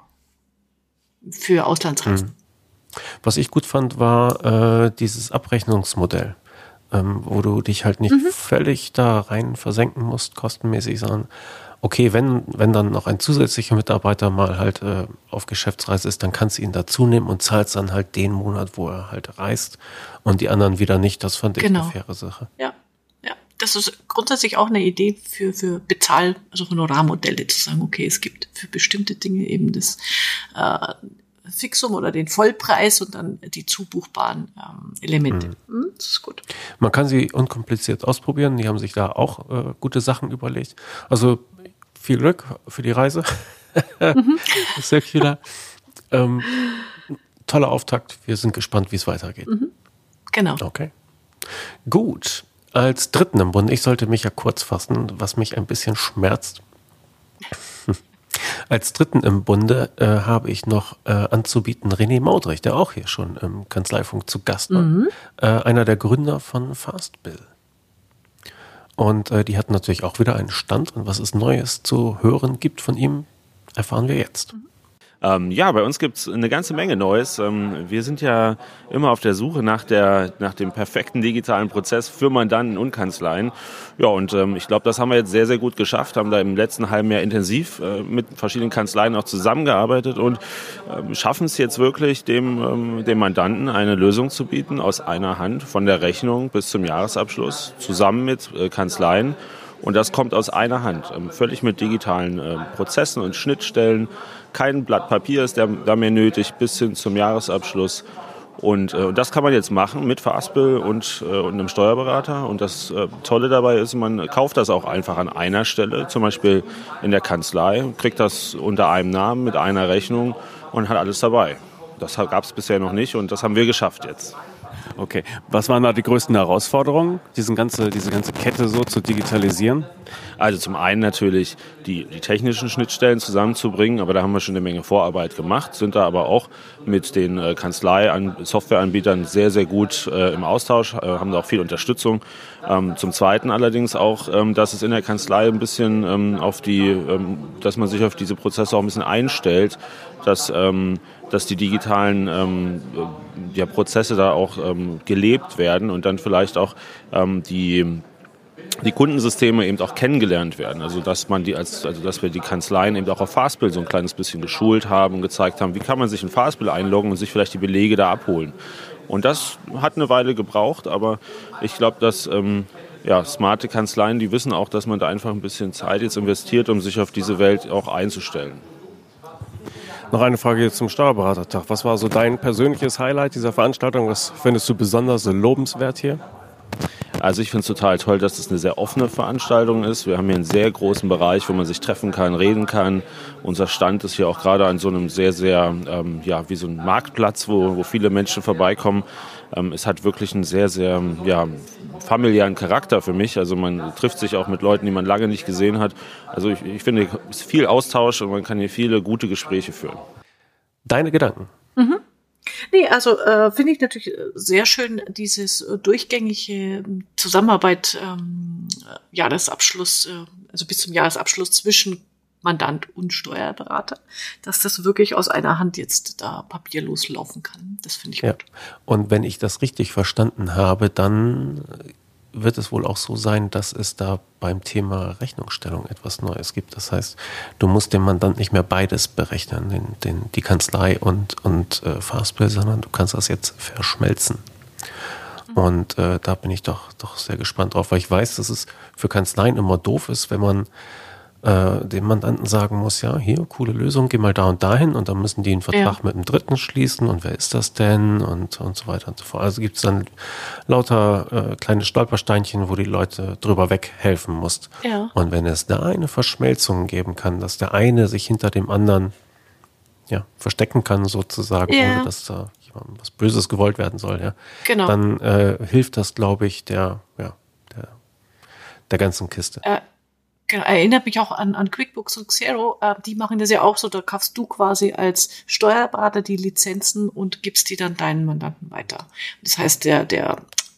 für Auslandsreisen. Mhm. Was ich gut fand, war äh, dieses Abrechnungsmodell, ähm, wo du dich halt nicht mhm. völlig da rein versenken musst, kostenmäßig, sondern okay, wenn, wenn dann noch ein zusätzlicher Mitarbeiter mal halt äh, auf Geschäftsreise ist, dann kannst du ihn dazu nehmen und zahlst dann halt den Monat, wo er halt reist und die anderen wieder nicht. Das fand ich genau. eine faire Sache. Ja. Das ist grundsätzlich auch eine Idee für, für Bezahl-, also Honorarmodelle, zu sagen, okay, es gibt für bestimmte Dinge eben das äh, Fixum oder den Vollpreis und dann die zubuchbaren ähm, Elemente. Mhm. Hm, das ist gut. Man kann sie unkompliziert ausprobieren. Die haben sich da auch äh, gute Sachen überlegt. Also viel Glück für die Reise. Mhm. Circular. Ähm, toller Auftakt. Wir sind gespannt, wie es weitergeht. Mhm. Genau. Okay. Gut. Als Dritten im Bunde, ich sollte mich ja kurz fassen, was mich ein bisschen schmerzt. Als Dritten im Bunde äh, habe ich noch äh, anzubieten René Maudrich, der auch hier schon im Kanzleifunk zu Gast war. Mhm. Äh, einer der Gründer von Fastbill. Und äh, die hatten natürlich auch wieder einen Stand. Und was es Neues zu hören gibt von ihm, erfahren wir jetzt. Mhm. Ähm, ja, bei uns gibt's eine ganze Menge Neues. Ähm, wir sind ja immer auf der Suche nach der nach dem perfekten digitalen Prozess für Mandanten und Kanzleien. Ja, und ähm, ich glaube, das haben wir jetzt sehr, sehr gut geschafft, haben da im letzten halben Jahr intensiv äh, mit verschiedenen Kanzleien auch zusammengearbeitet und ähm, schaffen es jetzt wirklich, dem, ähm, dem Mandanten eine Lösung zu bieten aus einer Hand, von der Rechnung bis zum Jahresabschluss, zusammen mit äh, Kanzleien. Und das kommt aus einer Hand, ähm, völlig mit digitalen äh, Prozessen und Schnittstellen. Kein Blatt Papier ist da mehr nötig, bis hin zum Jahresabschluss. Und äh, das kann man jetzt machen mit Fastbill und, äh, und einem Steuerberater. Und das äh, Tolle dabei ist, man kauft das auch einfach an einer Stelle, zum Beispiel in der Kanzlei, kriegt das unter einem Namen mit einer Rechnung und hat alles dabei. Das gab es bisher noch nicht und das haben wir geschafft jetzt. Okay, was waren da die größten Herausforderungen, diesen ganze, diese ganze Kette so zu digitalisieren? Also zum einen natürlich die, die technischen Schnittstellen zusammenzubringen, aber da haben wir schon eine Menge Vorarbeit gemacht, sind da aber auch mit den äh, Kanzlei-Softwareanbietern sehr, sehr gut äh, im Austausch, äh, haben da auch viel Unterstützung. Ähm, zum Zweiten allerdings auch, ähm, dass es in der Kanzlei ein bisschen ähm, auf die, ähm, dass man sich auf diese Prozesse auch ein bisschen einstellt, dass ähm, dass die digitalen ähm, ja, Prozesse da auch ähm, gelebt werden und dann vielleicht auch ähm, die die Kundensysteme eben auch kennengelernt werden. Also dass man die als also dass wir die Kanzleien eben auch auf Fastbill so ein kleines bisschen geschult haben und gezeigt haben, wie kann man sich in Fastbill einloggen und sich vielleicht die Belege da abholen. Und das hat eine Weile gebraucht, aber ich glaube, dass ähm, ja, smarte Kanzleien, die wissen auch, dass man da einfach ein bisschen Zeit jetzt investiert, um sich auf diese Welt auch einzustellen. Noch eine Frage jetzt zum Steuerberatertag. Was war so dein persönliches Highlight dieser Veranstaltung? Was findest du besonders lobenswert hier? Also ich finde es total toll, dass es eine sehr offene Veranstaltung ist. Wir haben hier einen sehr großen Bereich, wo man sich treffen kann, reden kann. Unser Stand ist hier auch gerade an so einem sehr, sehr, ähm, ja, wie so ein Marktplatz, wo, wo viele Menschen vorbeikommen. Ähm, es hat wirklich einen sehr, sehr, ja, familiären Charakter für mich. Also man trifft sich auch mit Leuten, die man lange nicht gesehen hat. Also ich, ich finde, es ist viel Austausch und man kann hier viele gute Gespräche führen. Deine Gedanken? Mhm. Nee, also äh, finde ich natürlich sehr schön, dieses äh, durchgängige Zusammenarbeit, ähm, Jahresabschluss, äh, also bis zum Jahresabschluss zwischen Mandant und Steuerberater, dass das wirklich aus einer Hand jetzt da papierlos laufen kann. Das finde ich ja. gut. Und wenn ich das richtig verstanden habe, dann wird es wohl auch so sein, dass es da beim Thema Rechnungsstellung etwas Neues gibt. Das heißt, du musst dem Mandant nicht mehr beides berechnen, den, den, die Kanzlei und, und äh, Fastbill, sondern du kannst das jetzt verschmelzen. Mhm. Und äh, da bin ich doch, doch sehr gespannt drauf, weil ich weiß, dass es für Kanzleien immer doof ist, wenn man äh, dem Mandanten sagen muss, ja, hier, coole Lösung, geh mal da und dahin und dann müssen die einen Vertrag ja. mit einem Dritten schließen und wer ist das denn und, und so weiter und so fort. Also gibt es dann lauter äh, kleine Stolpersteinchen, wo die Leute drüber weghelfen musst. Ja. Und wenn es da eine Verschmelzung geben kann, dass der eine sich hinter dem anderen ja, verstecken kann sozusagen, ja. ohne dass da jemandem was Böses gewollt werden soll, ja, genau. dann äh, hilft das, glaube ich, der, ja, der, der ganzen Kiste. Äh. Erinnert mich auch an, an QuickBooks und Xero, äh, die machen das ja auch so, da kaufst du quasi als Steuerberater die Lizenzen und gibst die dann deinen Mandanten weiter. Das heißt, der, der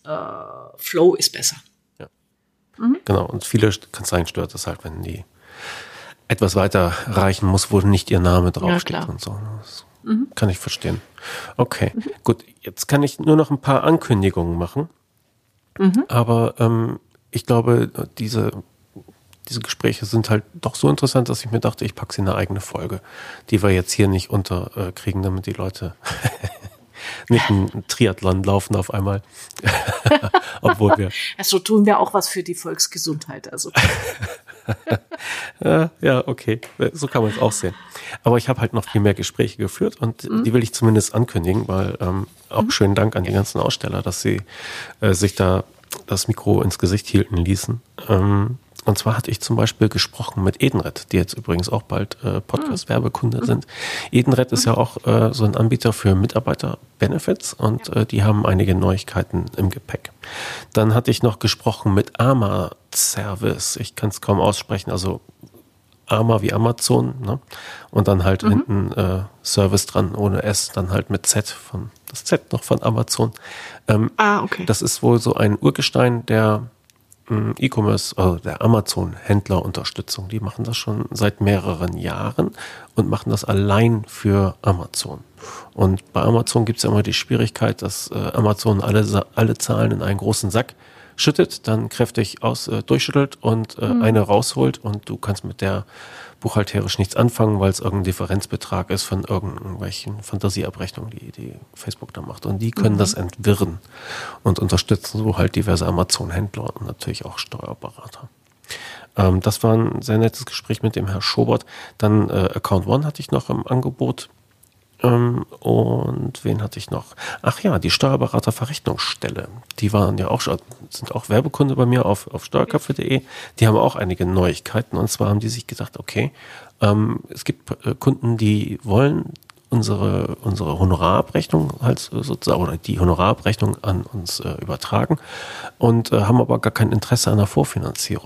äh, Flow ist besser. Ja. Mhm. Genau, und viele Kanzleien stört das halt, wenn die etwas weiter reichen muss, wo nicht ihr Name draufsteht ja, und so. Das mhm. kann ich verstehen. Okay, mhm. gut, jetzt kann ich nur noch ein paar Ankündigungen machen, mhm. aber ähm, ich glaube, diese Diese Gespräche sind halt doch so interessant, dass ich mir dachte, ich packe sie in eine eigene Folge, die wir jetzt hier nicht unterkriegen, damit die Leute nicht einen Triathlon laufen auf einmal. Obwohl wir. Also tun wir auch was für die Volksgesundheit. Also. ja, ja, okay. So kann man es auch sehen. Aber ich habe halt noch viel mehr Gespräche geführt und mhm. die will ich zumindest ankündigen, weil ähm, auch mhm. schönen Dank an die ganzen Aussteller, dass sie äh, sich da das Mikro ins Gesicht hielten ließen. Ähm, Und zwar hatte ich zum Beispiel gesprochen mit Edenred, die jetzt übrigens auch bald äh, Podcast-Werbekunde mhm. sind. Edenred ist ja auch äh, so ein Anbieter für Mitarbeiter-Benefits und äh, die haben einige Neuigkeiten im Gepäck. Dann hatte ich noch gesprochen mit Ama Service. Ich kann es kaum aussprechen, also Ama wie Amazon, ne? Und dann halt mhm. hinten äh, Service dran, ohne S, dann halt mit Z, von das Z noch von Amazon. Ähm, ah, okay. Das ist wohl so ein Urgestein der E-Commerce, also der Amazon-Händler-Unterstützung. Die machen das schon seit mehreren Jahren und machen das allein für Amazon. Und bei Amazon gibt es ja immer die Schwierigkeit, dass äh, Amazon alle, alle Zahlen in einen großen Sack schüttet, dann kräftig aus äh, durchschüttelt und äh, mhm. eine rausholt und du kannst mit der buchhalterisch nichts anfangen, weil es irgendein Differenzbetrag ist von irgendwelchen Fantasieabrechnungen, die, die Facebook da macht. Und die können mhm. das entwirren und unterstützen so halt diverse Amazon-Händler und natürlich auch Steuerberater. Ähm, das war ein sehr nettes Gespräch mit dem Herrn Schobert. Dann äh, Account One hatte ich noch im Angebot. Ähm, und wen hatte ich noch? Ach ja, die Steuerberaterverrechnungsstelle. Die waren ja auch schon, sind auch Werbekunde bei mir auf, auf steuerköpfe punkt de. Die haben auch einige Neuigkeiten. Und zwar haben die sich gedacht, okay, ähm, es gibt äh, Kunden, die wollen unsere, unsere Honorarabrechnung halt sozusagen, oder die Honorarabrechnung an uns äh, übertragen und äh, haben aber gar kein Interesse an der Vorfinanzierung.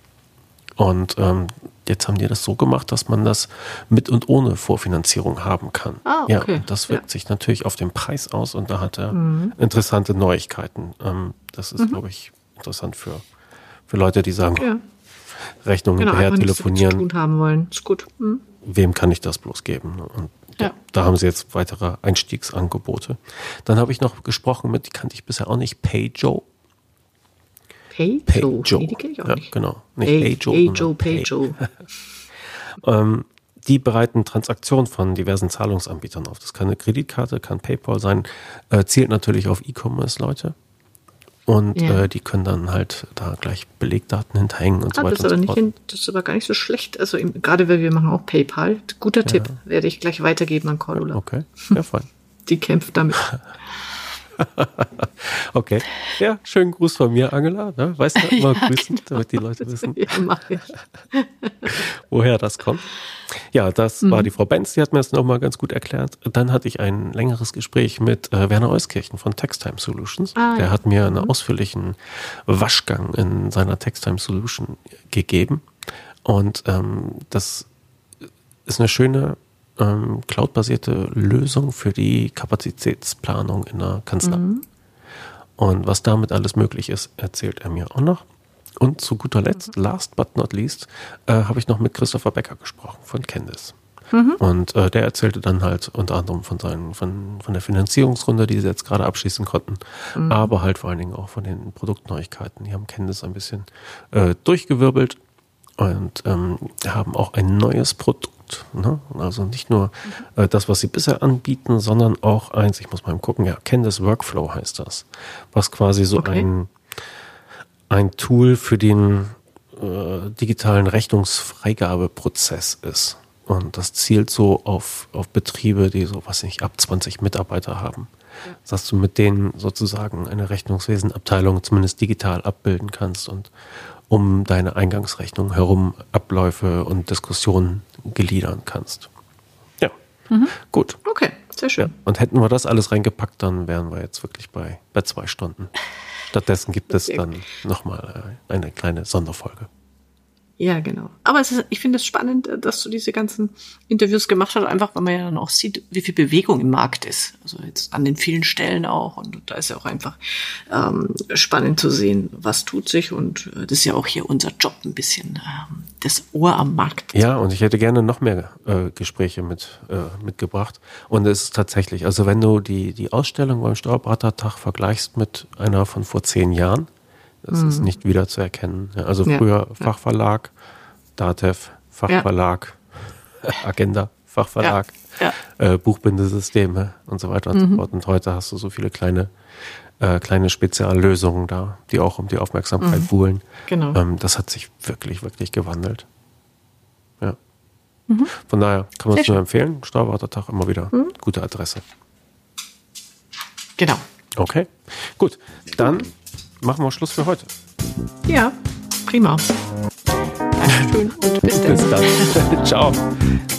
Und ähm, jetzt haben die das so gemacht, dass man das mit und ohne Vorfinanzierung haben kann. Ah, okay. Ja, und das wirkt ja. sich natürlich auf den Preis aus und da hat er mhm. interessante Neuigkeiten. Ähm, das ist, mhm. glaube ich, interessant für, für Leute, die sagen, ja. Rechnungen genau, hinterher telefonieren. Zu tun haben wollen. Ist gut. Mhm. Wem kann ich das bloß geben? Und ja. da haben sie jetzt weitere Einstiegsangebote. Dann habe ich noch gesprochen mit, die kannte ich bisher auch nicht, PayJoe. PayJoe? PayJoe. Nee, die kenne ich auch ja, nicht. Genau. Nicht Pay, PayJoe. PayJoe, PayJoe. ähm, die bereiten Transaktionen von diversen Zahlungsanbietern auf. Das kann eine Kreditkarte, kann PayPal sein, äh, zielt natürlich auf E-Commerce-Leute. Und ja. äh, die können dann halt da gleich Belegdaten hinterhängen und ah, so weiter. Das ist, aber nicht hin, das ist aber gar nicht so schlecht. Also im, gerade weil wir machen auch PayPal. Guter ja. Tipp, werde ich gleich weitergeben an Cordula. Okay, ja, fein. Die kämpft damit. Okay. Ja, schönen Gruß von mir, Angela. Ne? Weißt du, immer ja, grüßen, genau. damit die Leute wissen, ja, mach ich. woher das kommt. Ja, das mhm. war die Frau Benz, die hat mir das nochmal ganz gut erklärt. Dann hatte ich ein längeres Gespräch mit äh, Werner Euskirchen von Textime Solutions. Ah, Der ja. hat mir einen mhm. ausführlichen Waschgang in seiner Textime Solution gegeben. Und ähm, das ist eine schöne ähm, cloud-basierte Lösung für die Kapazitätsplanung in der Kanzlei. Mhm. Und was damit alles möglich ist, erzählt er mir auch noch. Und zu guter Letzt, mhm. last but not least, äh, habe ich noch mit Christopher Becker gesprochen von Candice. Mhm. Und äh, der erzählte dann halt unter anderem von seinen, von, von der Finanzierungsrunde, die sie jetzt gerade abschließen konnten, mhm. aber halt vor allen Dingen auch von den Produktneuigkeiten. Die haben Candice ein bisschen äh, durchgewirbelt und ähm, haben auch ein neues Produkt. Ne? Also nicht nur mhm. äh, das, was sie bisher anbieten, sondern auch eins, ich muss mal gucken, ja, Candice Workflow heißt das, was quasi so okay. ein ein Tool für den äh, digitalen Rechnungsfreigabeprozess ist. Und das zielt so auf, auf Betriebe, die so, was nicht, ab zwanzig Mitarbeiter haben. Ja. Dass du mit denen sozusagen eine Rechnungswesenabteilung zumindest digital abbilden kannst und um deine Eingangsrechnung herum Abläufe und Diskussionen gliedern kannst. Ja, mhm. gut. Okay, sehr schön. Ja. Und hätten wir das alles reingepackt, dann wären wir jetzt wirklich bei, bei zwei Stunden. Stattdessen gibt es dann nochmal eine kleine Sonderfolge. Ja, genau. Aber es ist, ich finde es spannend, dass du diese ganzen Interviews gemacht hast, einfach weil man ja dann auch sieht, wie viel Bewegung im Markt ist. Also jetzt an den vielen Stellen auch. Und da ist ja auch einfach ähm, spannend zu sehen, was tut sich. Und äh, das ist ja auch hier unser Job, ein bisschen ähm, das Ohr am Markt. Ja, und ich hätte gerne noch mehr äh, Gespräche mit äh, mitgebracht. Und es ist tatsächlich, also wenn du die, die Ausstellung beim Steuerberatertag vergleichst mit einer von vor zehn Jahren, das mhm. ist nicht wieder zu erkennen. Also früher ja. Fachverlag, Datev, Fachverlag, ja. Agenda, Fachverlag, ja. Ja. Äh, Buchbindesysteme und so weiter und mhm. so fort. Und heute hast du so viele kleine, äh, kleine Speziallösungen da, die auch um die Aufmerksamkeit mhm. buhlen. Genau. Ähm, das hat sich wirklich, wirklich gewandelt. Ja. Mhm. Von daher kann man es nur empfehlen. Steuerberatertag immer wieder mhm. gute Adresse. Genau. Okay, gut. Dann machen wir Schluss für heute. Ja, prima. Dankeschön und bis dann. Bis dann. Ciao.